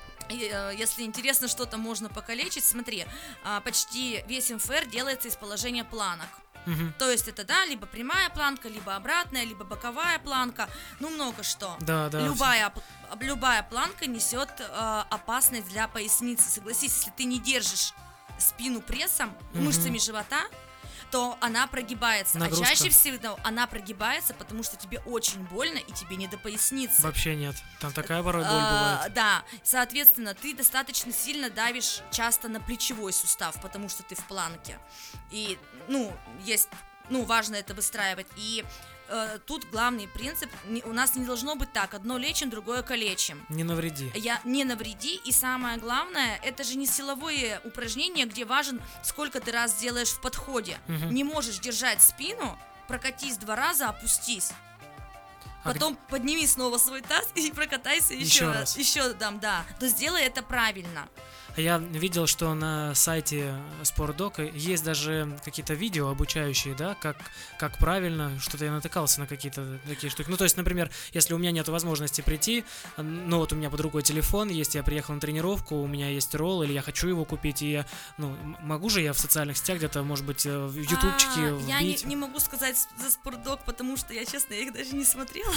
Если интересно, что-то можно покалечить, смотри, почти весь эм эф эр делается из положения планок. Угу. То есть это, да, либо прямая планка, либо обратная, либо боковая планка, ну много что. Да, да. Любая, любая планка несет э, опасность для поясницы. Согласись, если ты не держишь спину прессом, угу. мышцами живота, то она прогибается. Нагрузка. А чаще всего она прогибается, потому что тебе очень больно и тебе не до поясницы. Вообще нет. Там такая порой боль бывает. А, да, соответственно, ты достаточно сильно давишь часто на плечевой сустав, потому что ты в планке. И, ну, есть, ну, важно это выстраивать. И э, тут главный принцип, не, у нас не должно быть так, одно лечим, другое калечим. Не навреди. Я, не навреди, и самое главное, это же не силовое упражнение, где важен, сколько ты раз делаешь в подходе. Угу. Не можешь держать спину, прокатись два раза, опустись. Потом а подними снова свой таз и прокатайся еще, еще раз. раз. Еще дам, да. То сделай это правильно. Я видел, что на сайте Спортдока есть даже какие-то видео обучающие, да, как, как правильно, что-то я натыкался на какие-то такие штуки. Ну, то есть, например, если у меня нет возможности прийти, ну, вот у меня под рукой телефон есть, я приехал на тренировку, у меня есть ролл, или я хочу его купить, и я, ну, могу же я в социальных сетях где-то, может быть, в ютубчике а, вбить? Я не, не могу сказать за Спортдок, потому что я, честно, я их даже не смотрела.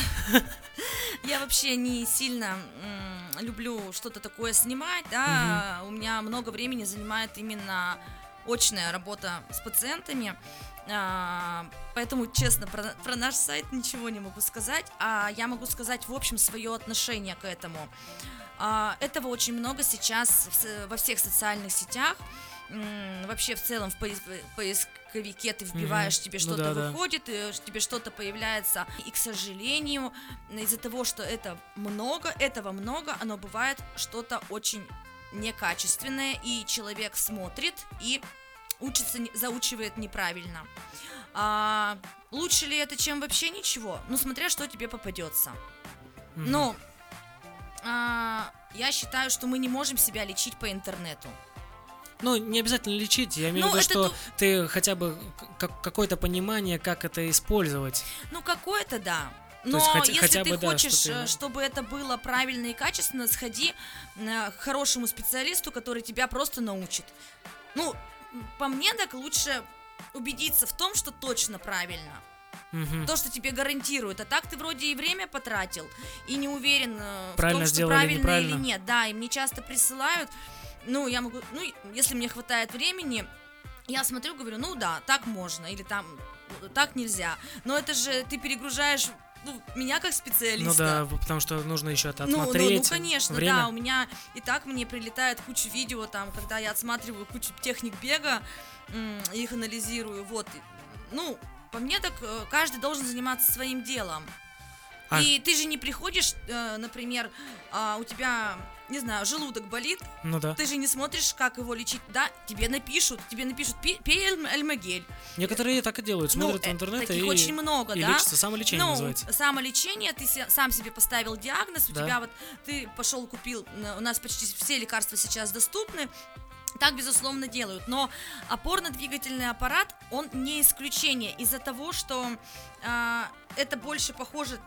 Я вообще не сильно люблю что-то такое снимать, да, у меня много времени занимает именно очная работа с пациентами, а, поэтому, честно, про, про наш сайт ничего не могу сказать, а я могу сказать, в общем, свое отношение к этому. А, этого очень много сейчас в, во всех социальных сетях, м, вообще в целом в поиск, поисковике ты вбиваешь, mm-hmm. тебе что-то ну, да, выходит, да. тебе что-то появляется, и, к сожалению, из-за того, что это много, этого много, оно бывает что-то очень некачественное, и человек смотрит и учится, заучивает неправильно. А, лучше ли это, чем вообще ничего? Ну, смотря что тебе попадется. Mm-hmm. Но а, я считаю, что мы не можем себя лечить по интернету. Ну, не обязательно лечить, я имею в виду, что ту... ты хотя бы как, какое-то понимание, как это использовать. Ну, какое-то, да. Но хотя, если хотя ты бы, хочешь, да, что чтобы это было правильно и качественно, сходи к хорошему специалисту, который тебя просто научит. Ну, по мне, так лучше убедиться в том, что точно правильно. Угу. То, что тебе гарантирует. А так ты вроде и время потратил, и не уверен правильно в том, что правильно или нет. Да, и мне часто присылают, ну, я могу, ну, если мне хватает времени, я смотрю, говорю, ну да, так можно, или там, так нельзя. Но это же ты перегружаешь... Ну, меня как специалиста. Ну да, потому что нужно еще это ну, отсмотреть. Ну, ну, конечно, время. Да, у меня и так мне прилетает куча видео, там, когда я отсматриваю кучу техник бега, их анализирую, вот. Ну, по мне так каждый должен заниматься своим делом. А... И ты же не приходишь, например, у тебя, не знаю, желудок болит, ну да. Ты же не смотришь, как его лечить, да, тебе напишут, тебе напишут, пей альмагель. Некоторые так и делают, смотрят ну, в интернете таких и, очень много, и да? лечатся, самолечение ну, называется. Самолечение, ты сам себе поставил диагноз, у да. тебя вот, ты пошел купил, у нас почти все лекарства сейчас доступны, так, безусловно, делают, но опорно-двигательный аппарат, он не исключение из-за того, что э, это больше похоже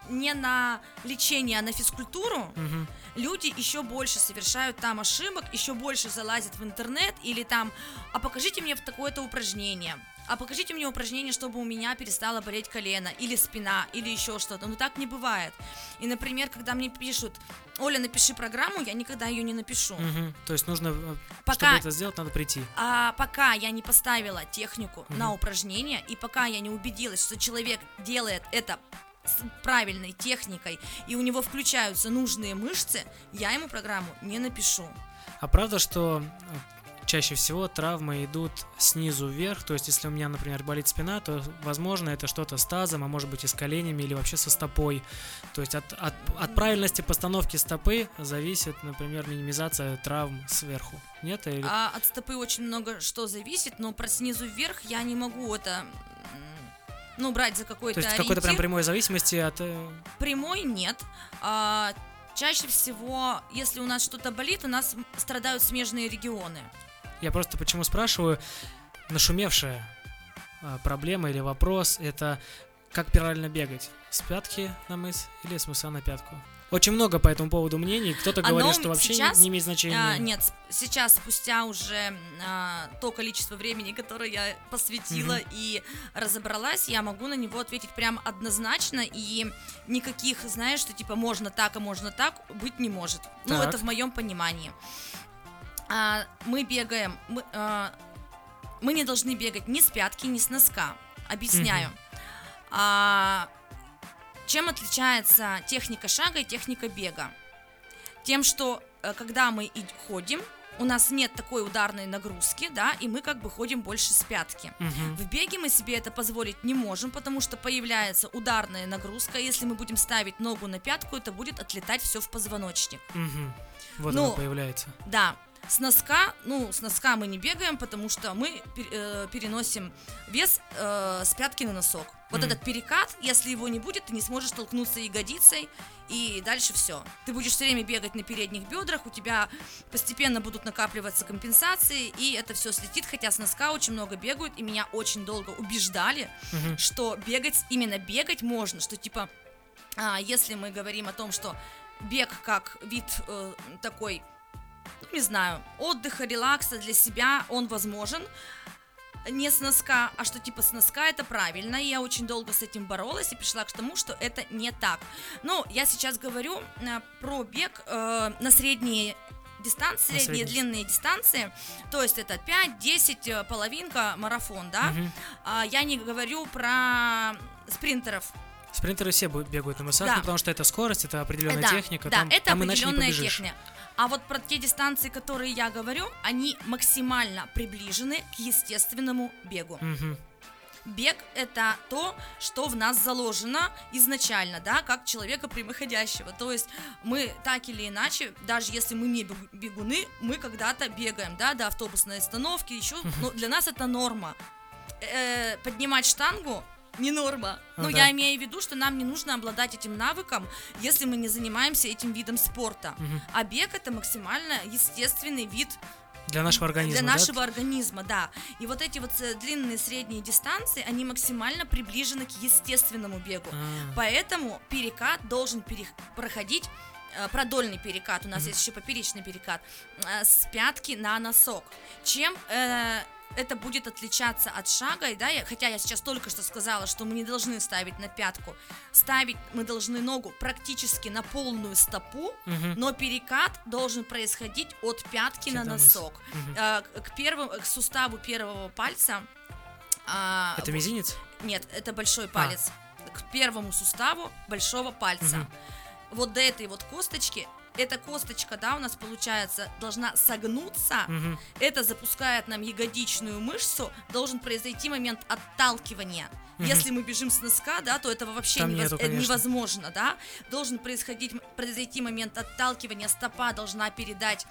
не на лечение, а на физкультуру, Мгм. люди еще больше совершают там ошибок, еще больше залазят в интернет или там, а покажите мне такое-то упражнение, а покажите мне упражнение, чтобы у меня перестало болеть колено или спина, или еще что-то. Но так не бывает. И, например, когда мне пишут: Оля, напиши программу, я никогда ее не напишу. Мгм. То есть нужно, э, Пока- чтобы это сделать, надо прийти. А пока я не поставила технику Мгм. на упражнение, и пока я не убедилась, что человек делает это с правильной техникой, и у него включаются нужные мышцы, я ему программу не напишу. А правда, что э, чаще всего травмы идут снизу вверх? То есть, если у меня, например, болит спина, то, возможно, это что-то с тазом, а может быть и с коленями, или вообще со стопой. То есть, от, от, от правильности постановки стопы зависит, например, минимизация травм сверху. Нет? Или... А от стопы очень много что зависит, но про снизу вверх я не могу это, м, ну, брать за какой-то То есть, ориентир. какой-то прям прямой зависимости от... э, Прямой нет. А, чаще всего, если у нас что-то болит, у нас м, страдают смежные регионы. Я просто почему спрашиваю, нашумевшая а, проблема или вопрос, это как правильно бегать, с пятки на мыс или с мыса на пятку? Очень много по этому поводу мнений, кто-то Оно говорит, что вообще сейчас, не, не имеет значения. А, нет, с- сейчас, спустя уже а, то количество времени, которое я посвятила Мгм. и разобралась, я могу на него ответить прям однозначно, и никаких, знаешь, что типа можно так, а можно так, быть не может. Ну, Так. это в моем понимании. А, мы бегаем, мы, а, мы не должны бегать ни с пятки, ни с носка. Объясняю. А, чем отличается техника шага и техника бега? Тем, что э, когда мы и ходим, у нас нет такой ударной нагрузки, да, и мы как бы ходим больше с пятки. Мгм. В беге мы себе это позволить не можем, потому что появляется ударная нагрузка. Если мы будем ставить ногу на пятку, это будет отлетать все в позвоночник. Мгм. Вот Ну, оно появляется. Да, с носка, ну, с носка мы не бегаем, потому что мы пер- э, переносим вес э, с пятки на носок. Вот Мгм. этот перекат, если его не будет, ты не сможешь толкнуться ягодицей, и дальше все. Ты будешь все время бегать на передних бедрах, у тебя постепенно будут накапливаться компенсации, и это все слетит, хотя с носка очень много бегают, и меня очень долго убеждали, Мгм. что бегать, именно бегать можно, что типа, а, если мы говорим о том, что бег как вид э, такой, ну, не знаю, отдыха, релакса для себя, он возможен не с носка, а что типа с носка это правильно, и я очень долго с этим боролась и пришла к тому, что это не так. Но я сейчас говорю э, про бег э, на средние дистанции, На средние средние. длинные дистанции, то есть это пять, десять, э, половинка, марафон, да. Мгм. А, я не говорю про спринтеров. Спринтеры все бу- бегают на мысах, Да. ну, потому что это скорость, это определенная Да, техника, да, там, это там иначе не определенная побежишь. техника. А вот про те дистанции, которые я говорю, они максимально приближены к естественному бегу. Мгм. Бег — это то, что в нас заложено изначально, да, как человека прямоходящего. То есть мы так или иначе, даже если мы не бегу- бегуны, мы когда-то бегаем, да, до автобусной остановки, еще, но для нас это норма. Э, поднимать штангу не норма. Ну Ну, да. я имею в виду, что нам не нужно обладать этим навыком, если мы не занимаемся этим видом спорта. Мгм. А бег — это максимально естественный вид Для нашего организма, для да? нашего организма, да. И вот эти вот э, длинные средние дистанции, они максимально приближены к естественному бегу. А, Поэтому перекат должен перех- проходить, э, продольный перекат, у нас Мгм. есть еще поперечный перекат, э, с пятки на носок. Чем э, это будет отличаться от шага, и, да, я- хотя я сейчас только что сказала, что мы не должны ставить на пятку, ставить мы должны ногу практически на полную стопу, мгм. но перекат должен происходить от пятки на Кида мыс. носок. Мгм. Э, к- к первому, к суставу первого пальца. а, Это вот- мизинец? Нет, это большой палец. К первому суставу большого пальца. Мгм. Вот до этой вот косточки, эта косточка, да, у нас получается должна согнуться. Мгм. Это запускает нам ягодичную мышцу. Должен произойти момент отталкивания. Мгм. Если мы бежим с носка, да, то это вообще Там невоз- нету, э, конечно. невозможно, да. Должен происходить, произойти момент отталкивания. Стопа должна передать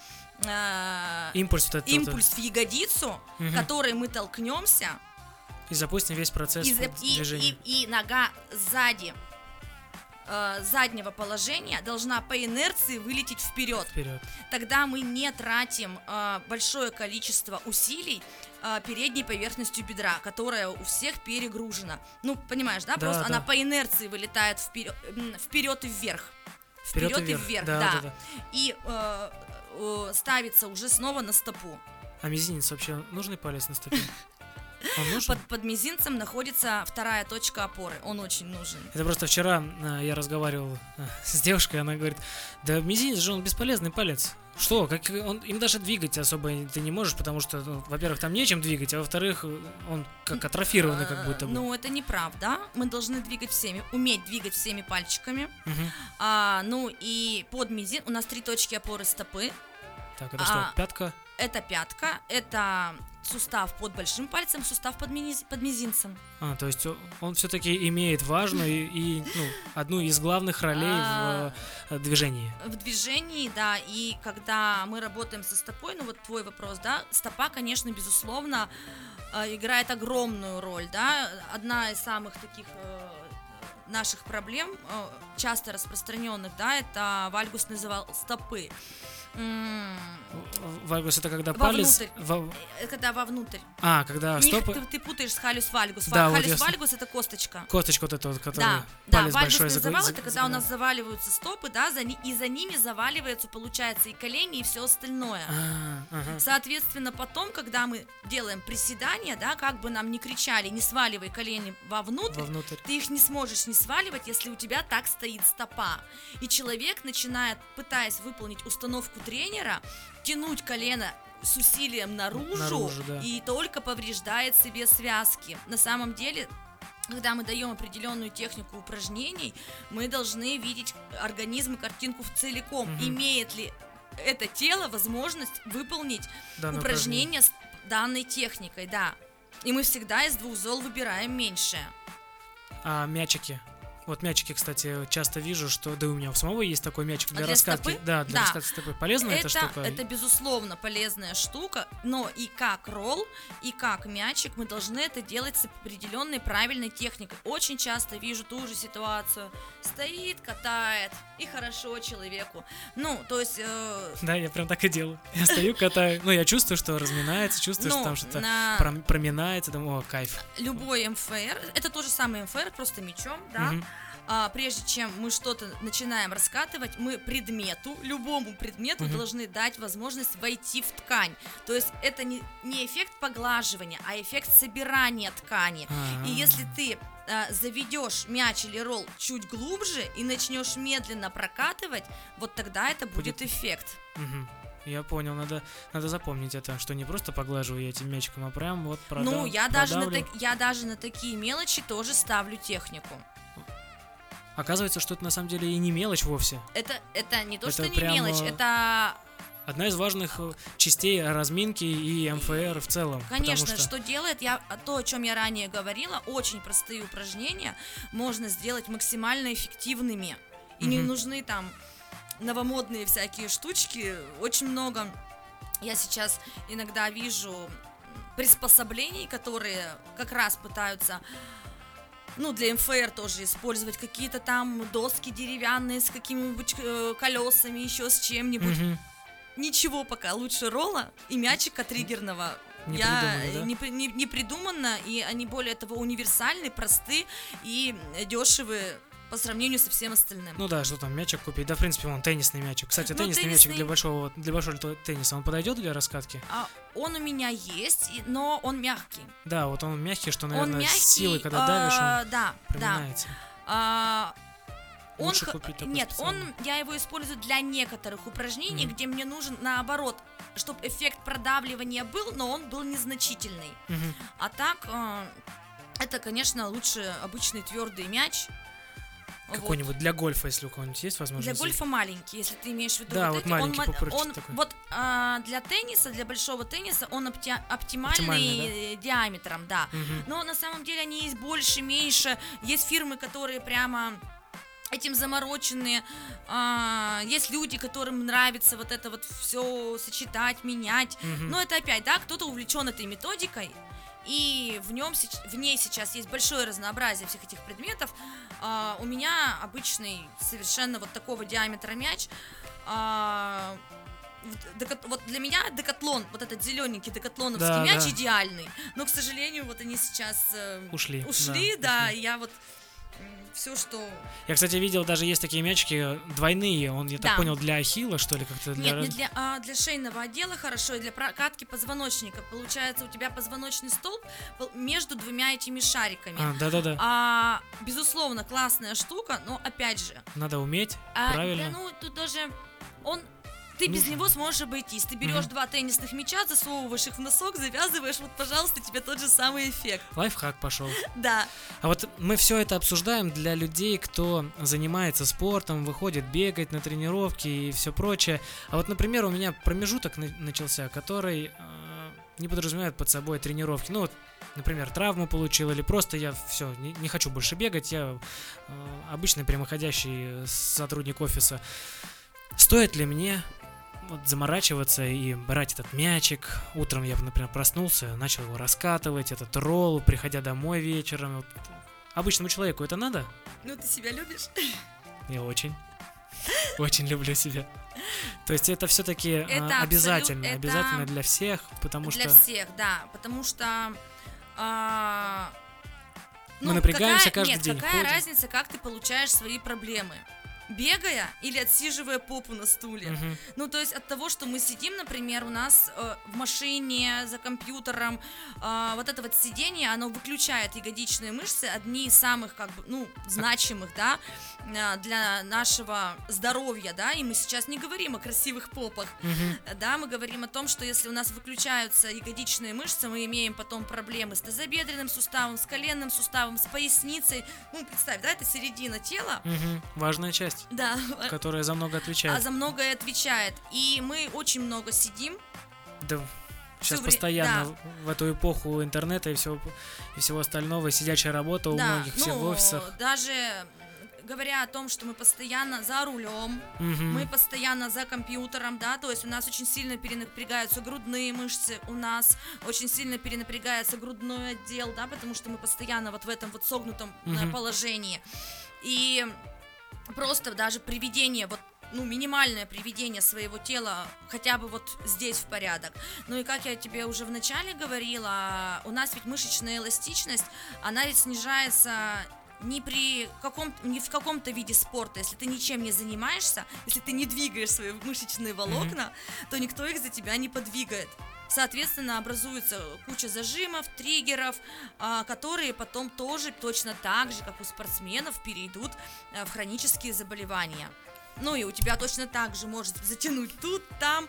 э, Импульс вот этот вот, импульс в ягодицу, Мгм. которой мы толкнемся. и запустим весь процесс И, за- вот и- движения. и- и нога сзади э, заднего положения должна по инерции вылететь вперед. Вперед. Тогда мы не тратим э, большое количество усилий э, передней поверхностью бедра, которая у всех перегружена. Ну, понимаешь, да? Да, Просто да. она по инерции вылетает вперед, вперед и вверх. Вперед, Вперед и вверх, и вверх, да, да. да, да. И э, э, ставится уже снова на стопу. А мизинец вообще нужный палец на стопе? Он нужен? Под, под мизинцем находится вторая точка опоры. Он очень нужен. Это просто вчера э, я разговаривал э, с девушкой, она говорит, да мизинец же он бесполезный палец. Что, как он, им даже двигать особо ты не можешь, потому что, ну, во-первых, там нечем двигать, а во-вторых, он как атрофированный как будто бы. Ну, это неправда. Мы должны двигать всеми, уметь двигать всеми пальчиками. Мгм. А, ну и под мизин у нас три точки опоры стопы. Так, это А, что, пятка? Это пятка, это сустав под большим пальцем, сустав под, мини- под мизинцем. А, то есть о- он все-таки имеет важную и, и, ну, одну из главных ролей А, в э, движении. В движении, да, и когда мы работаем со стопой, ну вот твой вопрос, да, стопа, конечно, безусловно, э, играет огромную роль, да, одна из самых таких э, наших проблем, э, часто распространенных, да, это вальгусный завал стопы. М, Вальгус это когда палец... Вовнутрь. во- э, Когда вовнутрь. А, когда Не- стопы... ты, ты путаешь с халюс вальгус. Да, вот халюс ясно. вальгус это косточка. Косточка вот эта вот, которая Да, да, палец большой вальгусный загла- завал за- это когда у нас загла- заваливаются стопы, да, за ни- и за ними заваливаются, получается, и колени, и все остальное. А, ага. Соответственно, потом, когда мы делаем приседания, да, как бы нам не кричали, не сваливай колени вовнутрь, Вовнутрь. ты их не сможешь не сваливать, если у тебя так стоит стопа. И человек начинает, пытаясь выполнить установку тренера, тянуть колено с усилием наружу, Наружу, да. и только повреждает себе связки. На самом деле, когда мы даем определенную технику упражнений, мы должны видеть организм и картинку в целиком. Мгм. Имеет ли это тело возможность выполнить Данное упражнение с данной техникой, да. И мы всегда из двух зол выбираем меньшее. А мячики? Вот мячики, кстати, часто вижу, что да, у меня у самого есть такой мячик для, Для раскатки. стопы? Да, для Да. раскатки стопы. Полезная эта это, штука? это, безусловно, полезная штука, но и как ролл, и как мячик мы должны это делать с определенной правильной техникой. Очень часто вижу ту же ситуацию. Стоит, катает, и хорошо человеку. Ну, то есть... э, Да, я прям так и делаю. Я стою, катаю. Ну, я чувствую, что разминается, чувствую, ну, что там что-то на пром- проминается. Думаю, о, кайф. любой эм эф эр, это то же самое эм эф эр, просто мячом, да. Мгм. А, прежде чем мы что-то начинаем раскатывать, мы предмету, любому предмету Мгм. должны дать возможность войти в ткань. То есть это не, не эффект поглаживания, а эффект собирания ткани. А-а-а. И если ты а, заведешь мяч или ролл чуть глубже и начнешь медленно прокатывать, вот тогда это будет, Будет. эффект. Мгм. Я понял, надо, надо запомнить это, что не просто поглаживаю я этим мячиком, а прям вот продав, Ну, я даже, на продавлю. так- я даже на такие мелочи тоже ставлю технику. Оказывается, что это на самом деле и не мелочь вовсе. Это, это не то, Это что не прямо- мелочь, это Одна из важных э, частей разминки и эм эф эр в целом. Конечно, потому что... что делает, я то, о чем я ранее говорила, очень простые упражнения можно сделать максимально эффективными. И не Мгм. нужны там новомодные всякие штучки. Очень много я сейчас иногда вижу приспособлений, которые как раз пытаются, ну, для эм эф эр тоже использовать какие-то там доски деревянные с какими-нибудь э, колесами, еще с чем-нибудь. Мгм. Ничего пока лучше ролла и мячика триггерного. Не я придумали, да? не, при- не- не придумано, и они более того универсальны, просты и дешевы по сравнению со всем остальным. Ну да, что там, мячик купить. Да, в принципе, вон, теннисный мячик. Кстати, Ну, теннисный мячик теннисный- для большого, для большого т- тенниса, он подойдет для раскатки? А он у меня есть, и- но он мягкий. Да, вот он мягкий, что, он наверное, мягкий. с силой, когда а, давишь, он Да, да. проминается. А, он Лучше х- купить такой Нет, он, специальный. я его использую для некоторых упражнений, Мгм. где мне нужен наоборот, чтобы эффект продавливания был, но он был незначительный. Мгм. А так, э, это, конечно, лучше обычный твердый мяч. Вот. Какой-нибудь для гольфа, если у кого-нибудь есть Для возможность. гольфа маленький, если ты имеешь в виду Да, вот вот эти. маленький он, ма- пупырчатый он- такой. Вот а, для тенниса, для большого тенниса он опти- оптимальный, Оптимальный, э, диаметром, да. Мгм. Но на самом деле они есть больше, меньше. Есть фирмы, которые прямо этим замороченные. А, есть люди, которым нравится вот это вот все сочетать, менять. Мгм. Но это опять, да, кто-то увлечен этой методикой. и в, нем, в ней сейчас есть большое разнообразие всех этих предметов. А, у меня обычный совершенно вот такого диаметра мяч. А, вот для меня декатлон, вот этот зелененький декатлоновский да, мяч да. идеальный, но, к сожалению, вот они сейчас э, ушли, ушли, да, да, ушли. я вот все, что... Я, кстати, видел, даже есть такие мячики двойные, он, я да. так понял, для ахилла, что ли, как-то для... Нет, не для, а, для шейного отдела хорошо, и для прокатки позвоночника. Получается, у тебя позвоночный столб между двумя этими шариками. А, да-да-да. А, безусловно, классная штука, но, опять же... Надо уметь, а, правильно. Да, ну, тут даже... Он... Ты без Нужно. него сможешь обойтись. Ты берешь Мгм. два теннисных мяча, засовываешь их в носок, завязываешь, вот, пожалуйста, тебе тот же самый эффект. Лайфхак пошел. Да. А вот мы все это обсуждаем для людей, кто занимается спортом, выходит бегать на тренировки и все прочее. А вот, например, у меня промежуток на- начался, который э, не подразумевает под собой тренировки. Ну вот, например, травму получил или просто я все, не, не хочу больше бегать, я э, обычный прямоходящий сотрудник офиса. Стоит ли мне вот заморачиваться и брать этот мячик? Утром я, например, проснулся, начал его раскатывать, этот ролл, приходя домой вечером. Вот. Обычному человеку это надо? Ну, ты себя любишь? Я очень, очень люблю себя. То есть это все-таки Это обязательно, абсолют- это обязательно для всех, потому Для что всех, да, потому что... а, Мы напрягаемся какая- каждый нет, день, какая ходим. разница, как ты получаешь свои проблемы? Бегая или отсиживая попу на стуле? Мгм. Ну, то есть от того, что мы сидим, например, у нас э, в машине, за компьютером, э, вот это вот сидение, оно выключает ягодичные мышцы, одни из самых, как бы, ну, значимых, да, э, для нашего здоровья, да, и мы сейчас не говорим о красивых попах, Мгм. да, мы говорим о том, что если у нас выключаются ягодичные мышцы, мы имеем потом проблемы с тазобедренным суставом, с коленным суставом, с поясницей, ну, представь, да, это середина тела, Мгм. Важная часть, да, которая за много а отвечает. за многое отвечает. И мы очень много сидим. Да, сейчас вре- постоянно да. в- в эту эпоху интернета и всего, и всего остального, сидячая работа у Да, многих, все в ну, офисах. даже м, говоря о том, что мы постоянно за рулем, Мгм. мы постоянно за компьютером, да, то есть у нас очень сильно перенапрягаются грудные мышцы, у нас очень сильно перенапрягается грудной отдел, да, потому что мы постоянно вот в этом вот согнутом э, Мгм. положении. И просто даже приведение, вот, ну, минимальное приведение своего тела хотя бы вот здесь в порядок. Ну и как я тебе уже вначале говорила, у нас ведь мышечная эластичность, она ведь снижается не при каком не в каком-то виде спорта, если ты ничем не занимаешься, если ты не двигаешь свои мышечные волокна, то никто их за тебя не подвигает. Соответственно, образуется куча зажимов, триггеров, а, которые потом тоже точно так же, как у спортсменов, перейдут а, в хронические заболевания. Ну и у тебя точно так же может затянуть тут, там.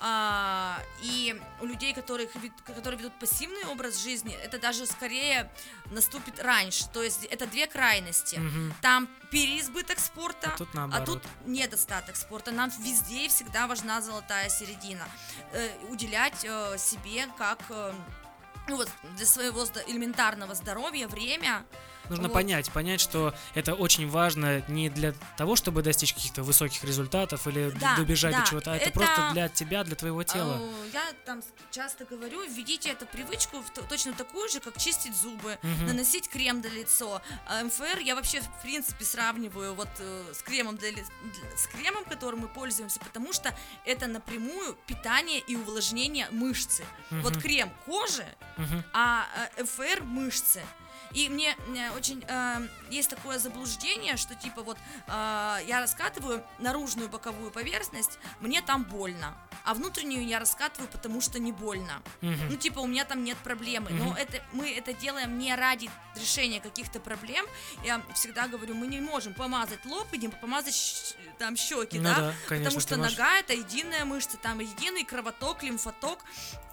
А, и у людей, которых, вед- которые ведут пассивный образ жизни, это даже скорее наступит раньше. То есть это две крайности. Мгм. Там переизбыток спорта, А тут а наоборот. тут недостаток спорта. Нам везде и всегда важна золотая середина. Э, уделять э, себе как э, ну вот, для своего зда- элементарного здоровья время. Нужно Вот. понять, понять, что это очень важно не для того, чтобы достичь каких-то высоких результатов или д- Да, добежать да, до чего-то, а это, это- просто для тебя, для твоего тела. Э, Я там с- часто говорю, введите эту привычку в т- точно такую же, как чистить зубы, Мгм. наносить крем для лица. А эм эф эр я вообще в принципе сравниваю вот э, с кремом для, ли- для- с кремом, которым мы пользуемся, потому что это напрямую питание и увлажнение мышцы. Вот Мгм. крем кожи, Мгм. а э, эм эф эр мышцы. И мне э, очень э, есть такое заблуждение, что типа вот э, я раскатываю наружную боковую поверхность, мне там больно, а внутреннюю я раскатываю, потому что не больно. Мгм. Ну типа у меня там нет проблемы, Мгм. но это мы это делаем не ради решения каких-то проблем. Я всегда говорю, мы не можем помазать лоб и не помазать щ- там щеки, Ну да, да, конечно, потому что ты можешь- нога это единая мышца, там единый кровоток, лимфоток,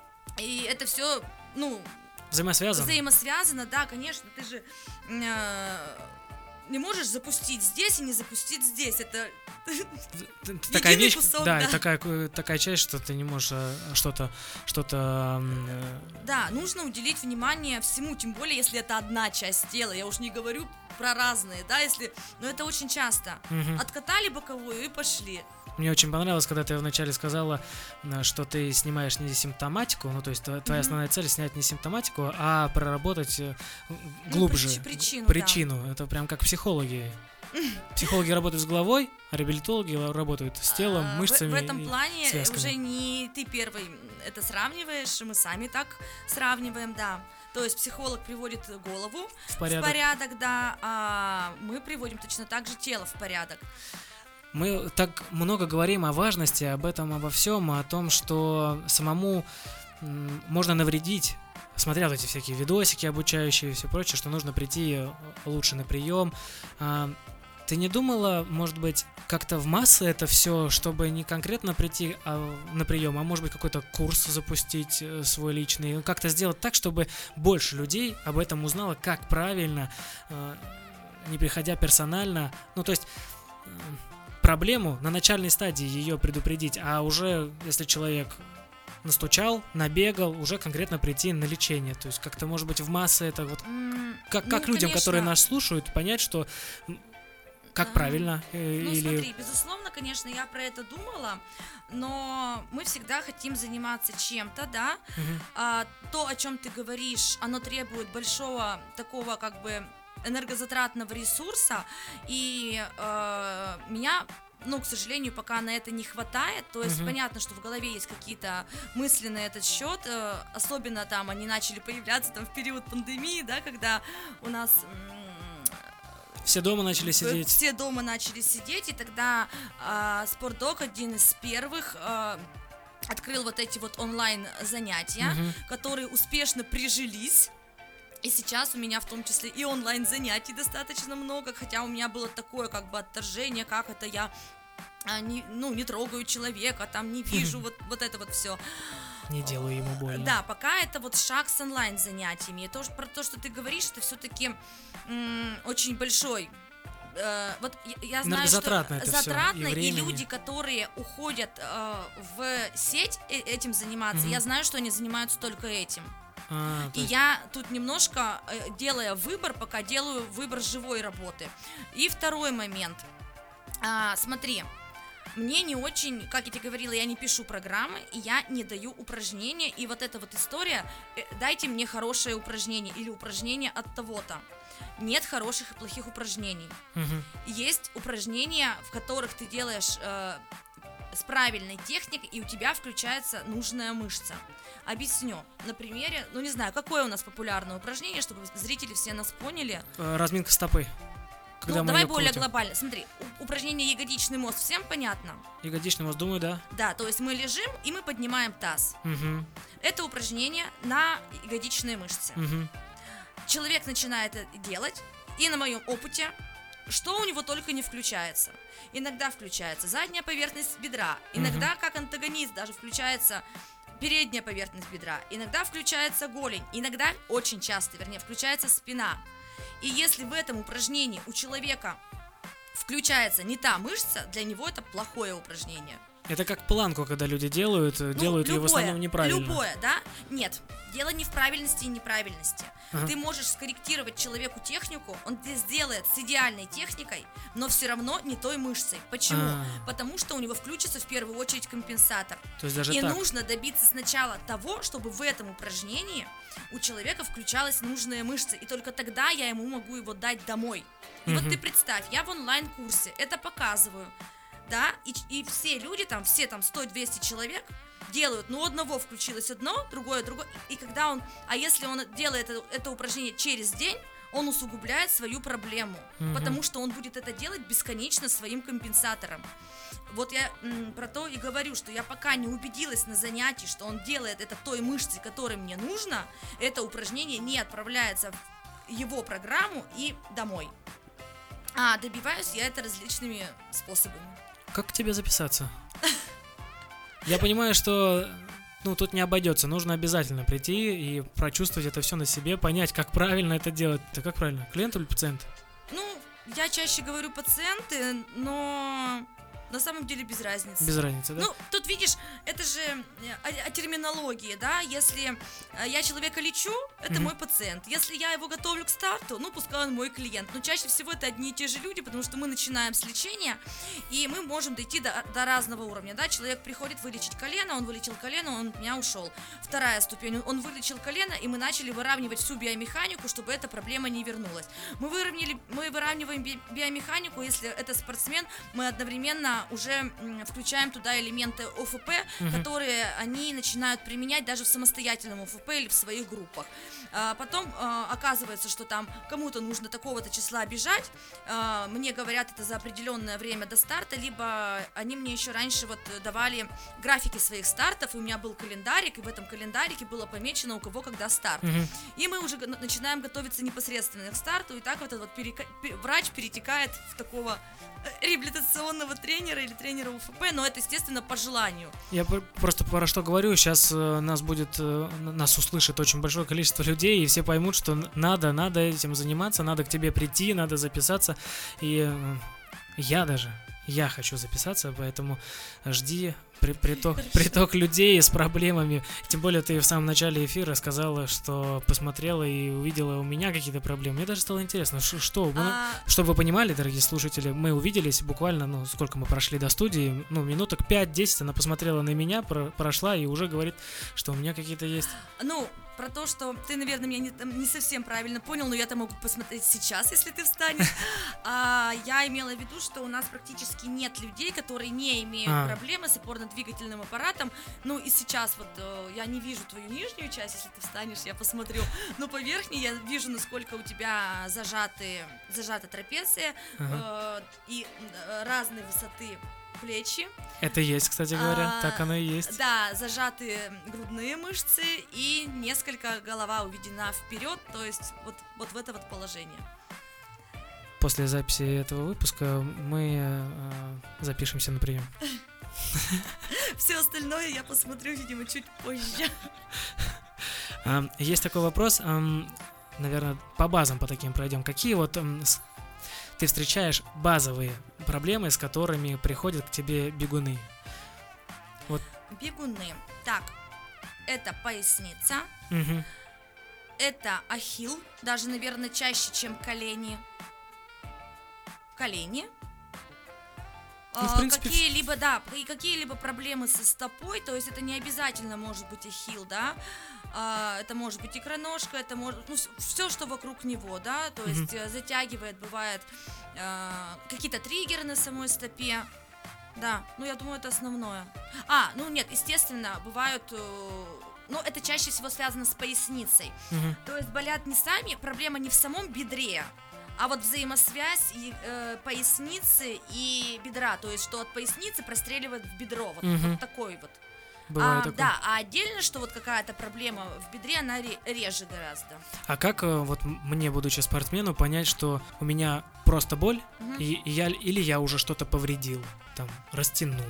и это все, ну Взаимосвязано. взаимосвязано, да, конечно, ты же э, не можешь запустить здесь и не запустить здесь. Это Т- т- Такая единый вещь, кусок, да, и да. такая, ку- такая часть, что ты не можешь э, что-то, что-то, м, э, да, нужно уделить внимание всему, тем более, если это одна часть тела. Я уж не говорю про разные, да, если, но это очень часто. мгм. Откатали боковую и пошли. Мне очень понравилось, когда ты вначале сказала, э, что ты снимаешь не симптоматику, ну, то есть тво- твоя Мгм. основная цель снять не симптоматику, а проработать э, Ну, глубже прич- причину, причину. Это прям как психологи. Психологи работают с головой, а реабилитологи работают с телом, А, в- мышцами. В, этом и плане связками. уже не ты первый это сравниваешь, мы сами так сравниваем, да. То есть психолог приводит голову в в порядок. порядок, да, а мы приводим точно так же тело в порядок. Мы так много говорим о важности, об этом, обо всем, о том, что самому м, можно навредить, смотря вот эти всякие видосики обучающие и все прочее, что нужно прийти э, лучше на прием. А, ты не думала, может быть, как-то в массы это все, чтобы не конкретно прийти а, на прием, а может быть какой-то курс запустить э, свой личный, ну, как-то сделать так, чтобы больше людей об этом узнало, как правильно, э, не приходя персонально, ну то есть э, проблему на начальной стадии ее предупредить, а уже если человек настучал, набегал, уже конкретно прийти на лечение. То есть как-то, может быть, в массы это вот М, как, ну, как людям, которые конечно, нас слушают, понять, что м, как а, правильно э, Ну, или смотри, безусловно, конечно, я про это думала, но мы всегда хотим заниматься чем-то, да. Мгм. А, то, о чем ты говоришь, оно требует большого такого как бы энергозатратного ресурса, и э, меня, ну, к сожалению, пока на это не хватает. То есть Мгм. понятно, что в голове есть какие-то мысли на этот счет, э, особенно там они начали появляться там в период пандемии, да, когда у нас м, все дома начали в- сидеть. все дома начали сидеть, и тогда а, Спортдок, один из первых, а, открыл вот эти вот онлайн занятия, Мгм. которые успешно прижились. И сейчас у меня в том числе и онлайн занятий достаточно много, хотя у меня было такое как бы отторжение, как это я а, не, ну, не трогаю человека, там не вижу вот, вот это вот все. Не делаю ему больно. Да, пока это вот шаг с онлайн занятиями. И то, что- про то, что ты говоришь, это все-таки очень большой. э, вот я, я знаю, что Энергозатратно это всё, и затратно, и, времени. люди, которые уходят э, в сеть э- этим заниматься, Мгм. я знаю, что они занимаются только этим. А, то И есть- я тут немножко, э, делая выбор, пока делаю выбор живой работы. И второй момент. А, смотри, мне не очень, как я тебе говорила, я не пишу программы, и я не даю упражнения. И вот эта вот история, э, дайте мне хорошее упражнение или упражнение от того-то. Нет хороших и плохих упражнений. Мгм. Есть упражнения, в которых ты делаешь э, с правильной техникой, и у тебя включается нужная мышца. Объясню. На примере, ну не знаю, какое у нас популярное упражнение, чтобы зрители все нас поняли. Э, Разминка стопы. Когда Ну, мы давай её более крутим. глобально. Смотри, у- упражнение ягодичный мост всем понятно? Ягодичный мост, думаю, да. Да, то есть мы лежим и мы поднимаем таз. Мгм. Это упражнение на ягодичные мышцы. Мгм. Человек начинает это делать, и на моем опыте, что у него только не включается. Иногда включается задняя поверхность бедра, иногда как антагонист даже включается передняя поверхность бедра, иногда включается голень, иногда, очень часто, вернее, включается спина. И если в этом упражнении у человека включается не та мышца, для него это плохое упражнение. Это как планку, когда люди делают, э, Ну, делают ее в любое, основном неправильно. Любое, да? Нет, дело не в правильности и неправильности. Ага. Ты можешь скорректировать человеку технику, он это сделает с идеальной техникой, но все равно не той мышцей. Почему? А. Потому что у него включится в первую очередь компенсатор. То есть даже И так. нужно добиться сначала того, чтобы в этом упражнении у человека включалась нужная мышца, и только тогда я ему могу его дать домой. И Мгм. вот ты представь, я в онлайн-курсе это показываю, да, и, и все люди там, все там сто-двести человек делают, ну, у одного включилось одно, другое другое, и когда он, а если он делает это, это упражнение через день, он усугубляет свою проблему, Мгм. потому что он будет это делать бесконечно своим компенсатором. Вот я м, про то и говорю, что я пока не убедилась на занятии, что он делает это той мышцей, которой мне нужно, это упражнение не отправляется в его программу и домой. А добиваюсь я это различными способами. Как к тебе записаться? Я понимаю, что ну тут не обойдется. Нужно обязательно прийти и прочувствовать это все на себе, понять, как правильно это делать. Это как правильно? Клиент или пациент? Ну, я чаще говорю пациенты, но на самом деле без разницы. Без разницы, да? Ну, тут видишь, это же о, о терминологии, да, если я человека лечу, это mm-hmm. мой пациент, если я его готовлю к старту, ну, пускай он мой клиент, но чаще всего это одни и те же люди, потому что мы начинаем с лечения, и мы можем дойти до, до разного уровня, да, человек приходит вылечить колено, он вылечил колено, он от меня ушел. Вторая ступень, он вылечил колено, и мы начали выравнивать всю биомеханику, чтобы эта проблема не вернулась. Мы выровняли, мы выравниваем би- биомеханику, если это спортсмен, мы одновременно уже м, включаем туда элементы О Ф П, mm-hmm. которые они начинают применять даже в самостоятельном О Ф П или в своих группах. А, потом а, оказывается, что там кому-то нужно такого-то числа бежать, а, мне говорят это за определенное время до старта, либо они мне еще раньше вот давали графики своих стартов, и у меня был календарик, и в этом календарике было помечено, у кого когда старт. Mm-hmm. И мы уже начинаем готовиться непосредственно к старту, и так вот этот вот перека... врач перетекает в такого реабилитационного тренера или тренера О Ф П, но это, естественно, по желанию. Я просто про что говорю, сейчас э, нас будет, э, нас услышит очень большое количество людей, и все поймут, что надо, надо этим заниматься, надо к тебе прийти, надо записаться, и э, я даже, я хочу записаться, поэтому жди при, приток, приток людей с проблемами. Тем более ты в самом начале эфира сказала, что посмотрела и увидела у меня какие-то проблемы. Мне даже стало интересно, ш- что, а... чтобы вы понимали, дорогие слушатели, мы увиделись буквально, ну, сколько мы прошли до студии, ну, минуток пять-десять, она посмотрела на меня, про- прошла и уже говорит, что у меня какие-то есть... Ну, про то, что ты, наверное, меня не, не совсем правильно понял, но я-то могу посмотреть сейчас, если ты встанешь. А, я имела в виду, что у нас практически нет людей, которые не имеют а. проблемы с опорно-двигательным аппаратом. Ну и сейчас вот я не вижу твою нижнюю часть, если ты встанешь, я посмотрю. Но по верхней я вижу, насколько у тебя зажаты, зажата трапеция ага. э, и разной высоты плечи. Это есть, кстати говоря, а, так оно и есть. Да, зажаты грудные мышцы и несколько голова уведена вперед, то есть вот, вот в это вот положение. После записи этого выпуска мы э, запишемся на прием. Все остальное я посмотрю, видимо, чуть позже. Есть такой вопрос, наверное, по базам по таким пройдем. Какие вот ты встречаешь базовые проблемы, с которыми приходят к тебе бегуны? Вот. Бегуны. Так, это поясница, угу. это ахилл, даже, наверное, чаще, чем колени. Колени. Ну, в принципе, какие-либо, да, и какие-либо проблемы со стопой, то есть это не обязательно может быть ахилл, да, а, это может быть икроножка, это может, ну, все, что вокруг него, да, то есть mm-hmm. затягивает, бывает а, какие-то триггеры на самой стопе, да, ну я думаю, это основное. А, ну нет, естественно, бывают... Ну, это чаще всего связано с поясницей, mm-hmm. то есть болят не сами, проблема не в самом бедре, а вот взаимосвязь и, э, поясницы и бедра, то есть что от поясницы простреливает в бедро, вот, угу. вот такой вот. Бывает а, такое. Да, а отдельно, что вот какая-то проблема в бедре, она ре- реже гораздо. А как вот мне, будучи спортсменом, понять, что у меня просто боль, угу. и, и я, или я уже что-то повредил, там, растянул?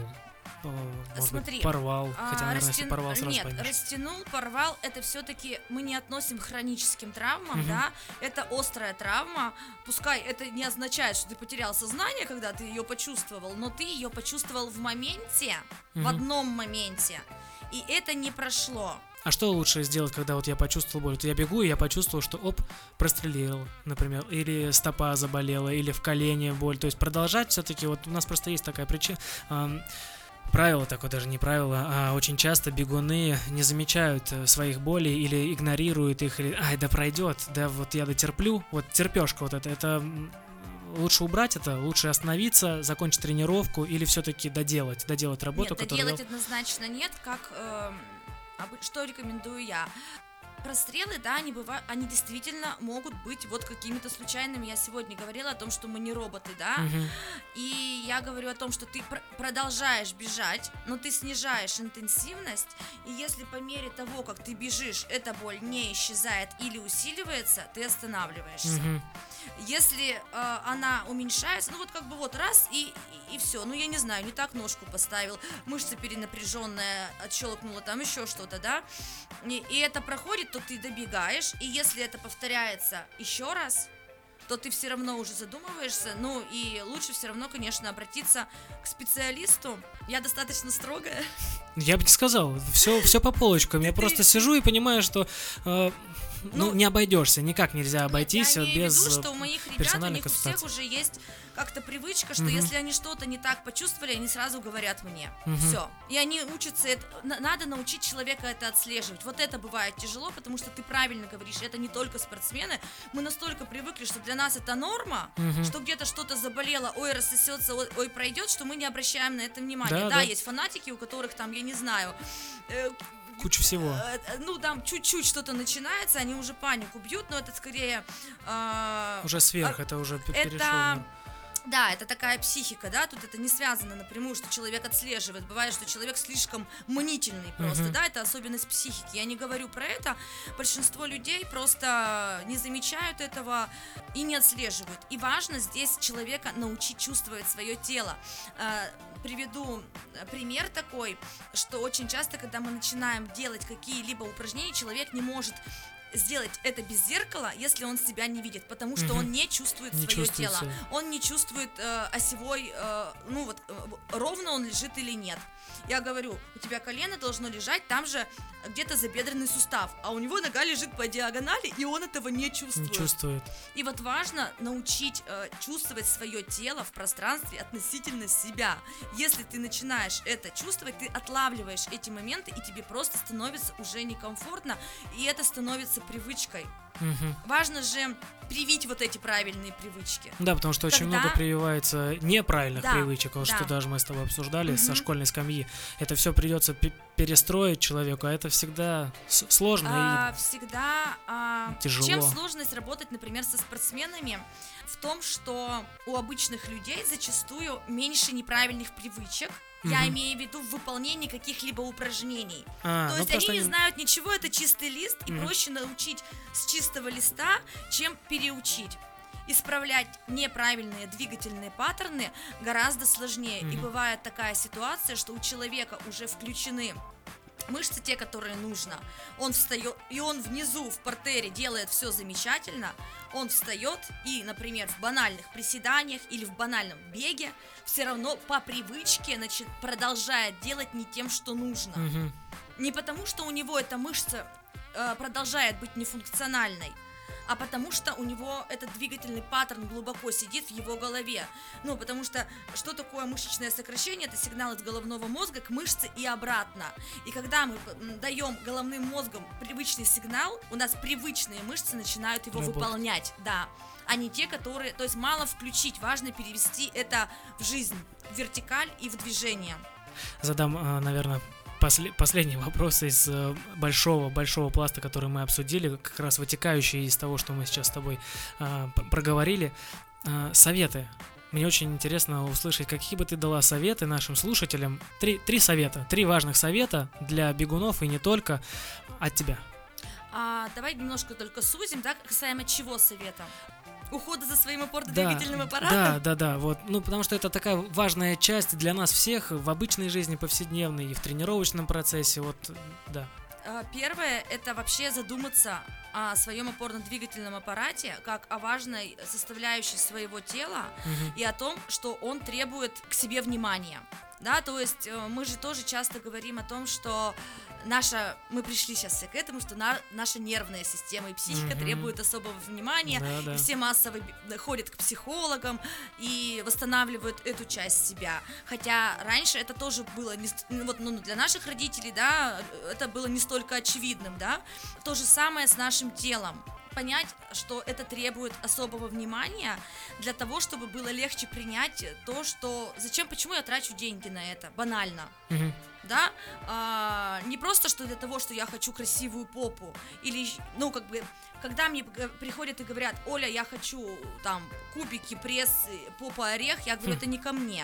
Может Смотри, быть, порвал, а, хотя, наверное, растя... если порвал, сразу Нет, поймешь. растянул, порвал, это все-таки мы не относим к хроническим травмам, угу. да, это острая травма, пускай это не означает, что ты потерял сознание, когда ты ее почувствовал, но ты ее почувствовал в моменте, угу. в одном моменте, и это не прошло. А что лучше сделать, когда вот я почувствовал боль? Вот я бегу, и я почувствовал, что оп, прострелил, например, или стопа заболела, или в колене боль. То есть продолжать все-таки, вот у нас просто есть такая причина... Правило такое, даже не правило, а очень часто бегуны не замечают своих болей или игнорируют их, или ай, да пройдет, да вот я дотерплю, вот терпешка вот это, это лучше убрать это, лучше остановиться, закончить тренировку или все-таки доделать, доделать работу, нет, которую... Нет, доделать однозначно нет, как, э, что рекомендую я. Прострелы, да, они бывают, они действительно могут быть вот какими-то случайными. Я сегодня говорила о том, что мы не роботы, да, uh-huh. и я говорю о том, что ты пр- продолжаешь бежать, но ты снижаешь интенсивность, и если по мере того, как ты бежишь, эта боль не исчезает или усиливается, ты останавливаешься. Uh-huh. Если э, она уменьшается, ну вот как бы вот раз и, и, и все, ну я не знаю, не так ножку поставил, мышца перенапряженная, отщелкнула там еще что-то, да, и, и это проходит, то ты добегаешь, и если это повторяется еще раз, то ты все равно уже задумываешься, ну и лучше все равно, конечно, обратиться к специалисту. Я достаточно строгая. Я бы не сказал, все, все по полочкам. Я просто сижу и понимаю, что э, ну, ну, не обойдешься, никак нельзя обойтись я без имею в виду, что у моих ребят, у персональной них у всех консультации. уже есть как-то привычка, что Мгм. если они что-то не так почувствовали, они сразу говорят мне. Мгм. Все. И они учатся, это, на- надо научить человека это отслеживать. Вот это бывает тяжело, потому что ты правильно говоришь, это не только спортсмены. Мы настолько привыкли, что для нас это норма, Мгм. что где-то что-то заболело, ой, рассосется, ой, ой, пройдет, что мы не обращаем на это внимания. Да, Да, да. есть фанатики, у которых там, я не знаю, э, Куча всего. э, э, ну там чуть-чуть что-то начинается, они уже панику бьют, но это скорее... э, Уже сверх, это уже п- это- перешел. Да, это такая психика, да, тут это не связано напрямую, что человек отслеживает. Бывает, что человек слишком мнительный просто, Мгм. да, это особенность психики. Я не говорю про это. Большинство людей просто не замечают этого и не отслеживают. И важно здесь человека научить чувствовать свое тело. А, Приведу пример такой, что очень часто, когда мы начинаем делать какие-либо упражнения, человек не может сделать это без зеркала, если он себя не видит, потому что Мгм. он не чувствует Не свое чувствует тело, себя. он не чувствует э, осевой, э, ну вот э, ровно он лежит или нет. Я говорю, у тебя колено должно лежать там же где-то забедренный сустав, а у него нога лежит по диагонали, и он этого не чувствует. Не чувствует. И вот важно научить э, чувствовать свое тело в пространстве относительно себя. Если ты начинаешь это чувствовать, ты отлавливаешь эти моменты, и тебе просто становится уже некомфортно, и это становится привычкой. Мгм. Важно же привить вот эти правильные привычки. Да, потому что очень Когда- много прививается неправильных Да, привычек, вот что да. даже мы с тобой обсуждали со Мгм. школьной скамьи. Это все придется пе- перестроить человеку, а это всегда с- сложно А, всегда а, Тяжело. чем сложность работать, например, со спортсменами в том, что у обычных людей зачастую меньше неправильных привычек. Я Мгм. имею в виду в выполнении каких-либо упражнений. и... А, То ну есть они просто не они- знают ничего, это чистый лист, и Мгм. проще научить с чистого листа, чем переучить. Исправлять неправильные двигательные паттерны гораздо сложнее. И Мгм. бывает такая ситуация, что у человека уже включены мышцы, те, которые нужно. Он встает, и он внизу в партере делает все замечательно. Он встает и, например, в банальных приседаниях или в банальном беге все равно по привычке начи- продолжает делать не тем, что нужно. Мгм. Не потому, что у него эта мышца э, продолжает быть нефункциональной, а потому что у него этот двигательный паттерн глубоко сидит в его голове. Ну, потому что что такое мышечное сокращение? Это сигнал от головного мозга к мышце и обратно. И когда мы м, даем головным мозгом привычный сигнал, у нас привычные мышцы начинают его Работать. выполнять, да. А не те, которые... То есть мало включить, важно перевести это в жизнь, в вертикаль и в движение. Задам, а, наверное, после- последний вопрос из э, большого-большого пласта, который мы обсудили, как раз вытекающий из того, что мы сейчас с тобой а, п- проговорили. А, Советы. Мне очень интересно услышать, какие бы ты дала советы нашим слушателям. Три, три совета, три важных совета для бегунов и не только от тебя. А, давай немножко только сузим, да, касаемо чего совета? Ухода за своим опорно-двигательным аппаратом? Да, да, да, вот, ну, потому что это такая важная часть для нас всех в обычной жизни повседневной и в тренировочном процессе, вот, да. А, Первое, это вообще задуматься о своем опорно-двигательном аппарате как о важной составляющей своего тела Мгм. и о том, что он требует к себе внимания. Да, то есть э, мы же тоже часто говорим о том, что наша, мы пришли сейчас все к этому, что на- наша нервная система и психика Мгм. требуют особого внимания, Да, да. и все массово б- ходят к психологам и восстанавливают эту часть себя. Хотя раньше это тоже было не, ст- ну, вот, ну, для наших родителей, да, это было не столько очевидным, да. То же самое с нашим телом. Понять, что это требует особого внимания для того, чтобы было легче принять то, что... Зачем, почему я трачу деньги на это? Банально. Мгм. Да, А, не просто что для того, что я хочу красивую попу, или, ну, как бы, когда мне г- приходят и говорят: Оля, я хочу, там, кубики, пресс, э, попа, орех, я говорю, это не ко мне.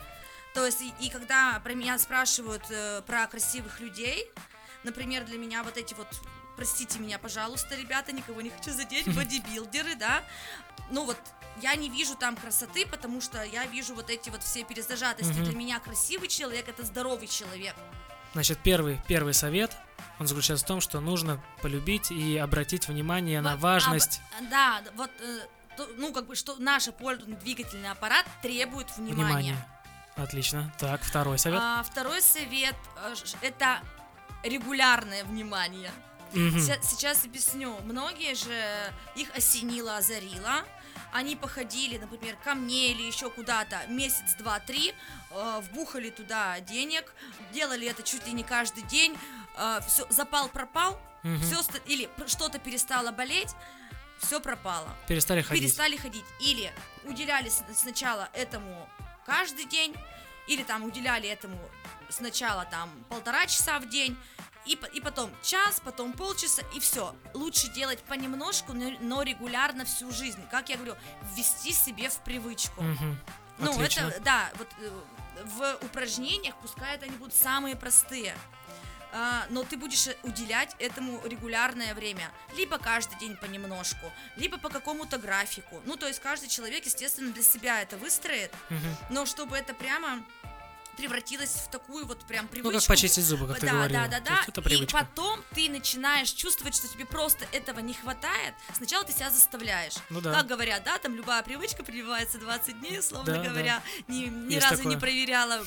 То есть, и, и когда про меня спрашивают э, про красивых людей, например, для меня вот эти вот, простите меня, пожалуйста, ребята, никого не хочу задеть, бодибилдеры, да, ну вот, я не вижу там красоты, потому что я вижу вот эти вот все перезажатости. Мгм. Для меня красивый человек — это здоровый человек. Значит, первый, первый совет, он заключается в том, что нужно полюбить и обратить внимание на Во- важность. об- да, вот э, то, ну, как бы, что наш опорно-двигательный аппарат требует внимания. Внимание. Отлично. Так, второй совет. А, второй совет э, ш- это регулярное внимание. Мгм. Се- Сейчас объясню. Многие же их осенило, озарило. Они походили, например, ко мне или еще куда-то месяц, два, три, э, вбухали туда денег, делали это чуть ли не каждый день, все, запал пропал, Мгм. все, или пр- что-то перестало болеть, все пропало. Перестали ходить. Перестали ходить. Или уделяли с- сначала этому каждый день, или там уделяли этому сначала там полтора часа в день, и, по- и потом час, потом полчаса, и все. Лучше делать понемножку, но, но регулярно всю жизнь. Как я говорю, ввести себе в привычку. Мгм. Ну, Отлично. это, да, вот э, в упражнениях, пускай это они будут самые простые, а, но ты будешь уделять этому регулярное время. Либо каждый день понемножку, либо по какому-то графику. Ну, то есть каждый человек, естественно, для себя это выстроит, Мгм. но чтобы это прямо превратилось в такую вот прям Ну, привычку. как почистить зубы, как ты да, говорила. да, да, То да. есть это И привычка. потом ты начинаешь чувствовать, что тебе просто этого не хватает. Сначала ты себя заставляешь. Ну да. Как говорят, да, там любая привычка прививается двадцать дней, условно Да, да. говоря. Ни, ни Есть разу не такое. проверяла,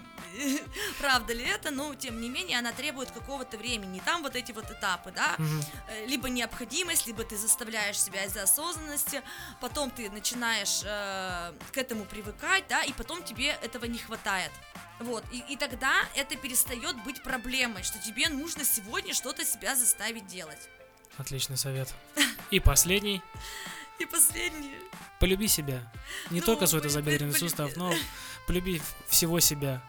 правда ли это, но тем не менее она требует какого-то времени. Там вот эти вот этапы, да, Мгм. Э, либо необходимость, либо ты заставляешь себя из-за осознанности, потом ты начинаешь э, к этому привыкать, да, и потом тебе этого не хватает. Вот, и, и тогда это перестает быть проблемой, что тебе нужно сегодня что-то себя заставить делать. Отличный совет. И последний. И последнее. Полюби себя. Не Ну, только свой полюби- тазобедренный полюби- сустав, но полюби всего себя.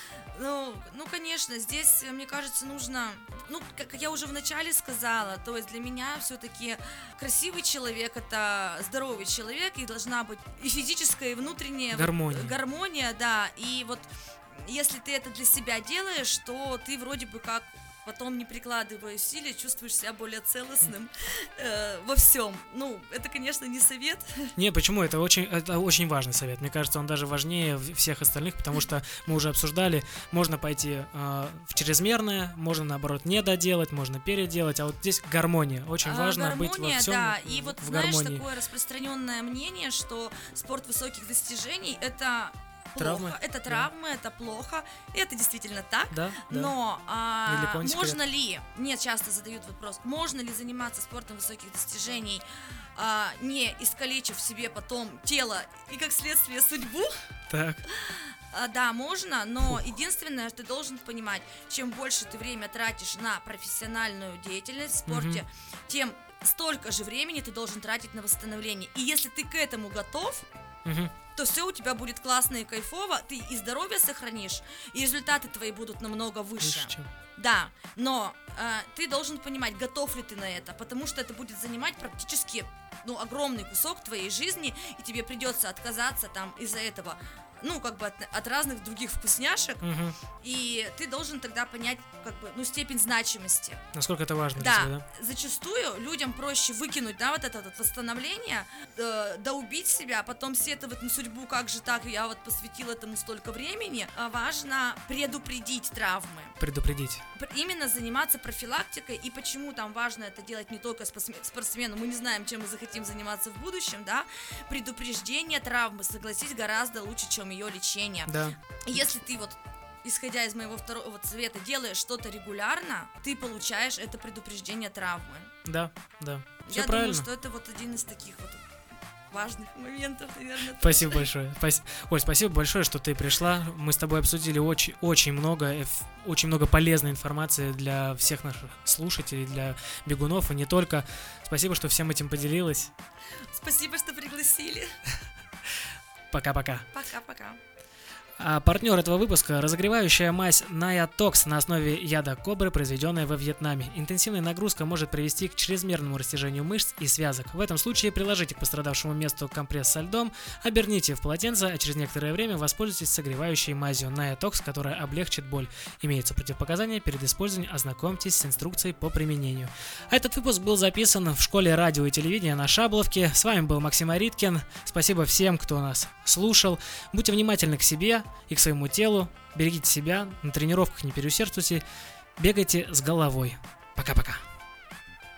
Ну, ну, конечно, здесь, э, мне кажется, нужно, ну, как как я уже вначале сказала, то есть для меня все-таки красивый человек — это здоровый человек, и должна быть и физическая, и внутренняя вот, Гармония. гармония, да, и вот если ты это для себя делаешь, то ты вроде бы как потом, не прикладывая усилий, чувствуешь себя более целостным э, во всем. Ну, это, конечно, не совет. Не, почему? Это очень, это очень важный совет. Мне кажется, он даже важнее в- всех остальных, потому что мы уже обсуждали, можно пойти э, в чрезмерное, можно, наоборот, не доделать, можно переделать, а вот здесь гармония. Очень А, важно быть во гармония, всем да, в, и вот в знаешь, гармонии. такое распространенное мнение, что спорт высоких достижений — это Травмы, плохо, это да. травмы, это плохо, и это действительно так. Да, да. Но а, Далеко не секрет. можно ли, мне часто задают вопрос, можно ли заниматься спортом высоких достижений, а, не искалечив себе потом тело и, как следствие, судьбу? Так, А, да, можно, но единственное, что ты должен понимать, чем больше ты время тратишь на профессиональную деятельность в спорте, тем столько же времени ты должен тратить на восстановление. И если ты к этому готов, мгм. то все у тебя будет классно и кайфово, ты и здоровье сохранишь, и результаты твои будут намного выше. Выше, чем. Да, но э, ты должен понимать, готов ли ты на это, потому что это будет занимать практически, ну, огромный кусок твоей жизни, и тебе придется отказаться там из-за этого, ну, как бы от, от разных других вкусняшек, Мгм. и ты должен тогда понять, как бы, ну, степень значимости. Насколько это важно для Да, тебя, да? зачастую людям проще выкинуть, да, вот это вот восстановление, э, да убить себя, потом сетовать на судьбу, как же так, я вот посвятил этому столько времени. А важно предупредить травмы. Предупредить. Пр- Именно заниматься профилактикой, и почему там важно это делать не только спортсме- спортсмену, мы не знаем, чем мы захотим заниматься в будущем, да, предупреждение травмы, согласись, гораздо лучше, чем ее лечение. Да. Если ты вот, исходя из моего второго вот совета, делаешь что-то регулярно, ты получаешь это предупреждение травмы. Да, да. Все Я правильно. думаю, что это вот один из таких вот важных моментов, наверное. Спасибо большое. Спас- Оль, спасибо большое, что ты пришла. Мы с тобой обсудили очень, очень много, э, ф- очень много полезной информации для всех наших слушателей, для бегунов и не только. Спасибо, что всем этим поделилась. Спасибо, что пригласили. Пока-пока. Пока-пока. А партнер этого выпуска – разогревающая мазь Niatox на основе яда кобры, произведенная во Вьетнаме. Интенсивная нагрузка может привести к чрезмерному растяжению мышц и связок. В этом случае приложите к пострадавшему месту компресс со льдом, оберните в полотенце, а через некоторое время воспользуйтесь согревающей мазью Niatox, которая облегчит боль. Имеются противопоказания перед использованием, ознакомьтесь с инструкцией по применению. А этот выпуск был записан в школе радио и телевидения на Шабловке. С вами был Максим Ариткин. Спасибо всем, кто нас слушал. Будьте внимательны к себе и к своему телу. Берегите себя, на тренировках не переусердствуйте. Бегайте с головой. Пока-пока.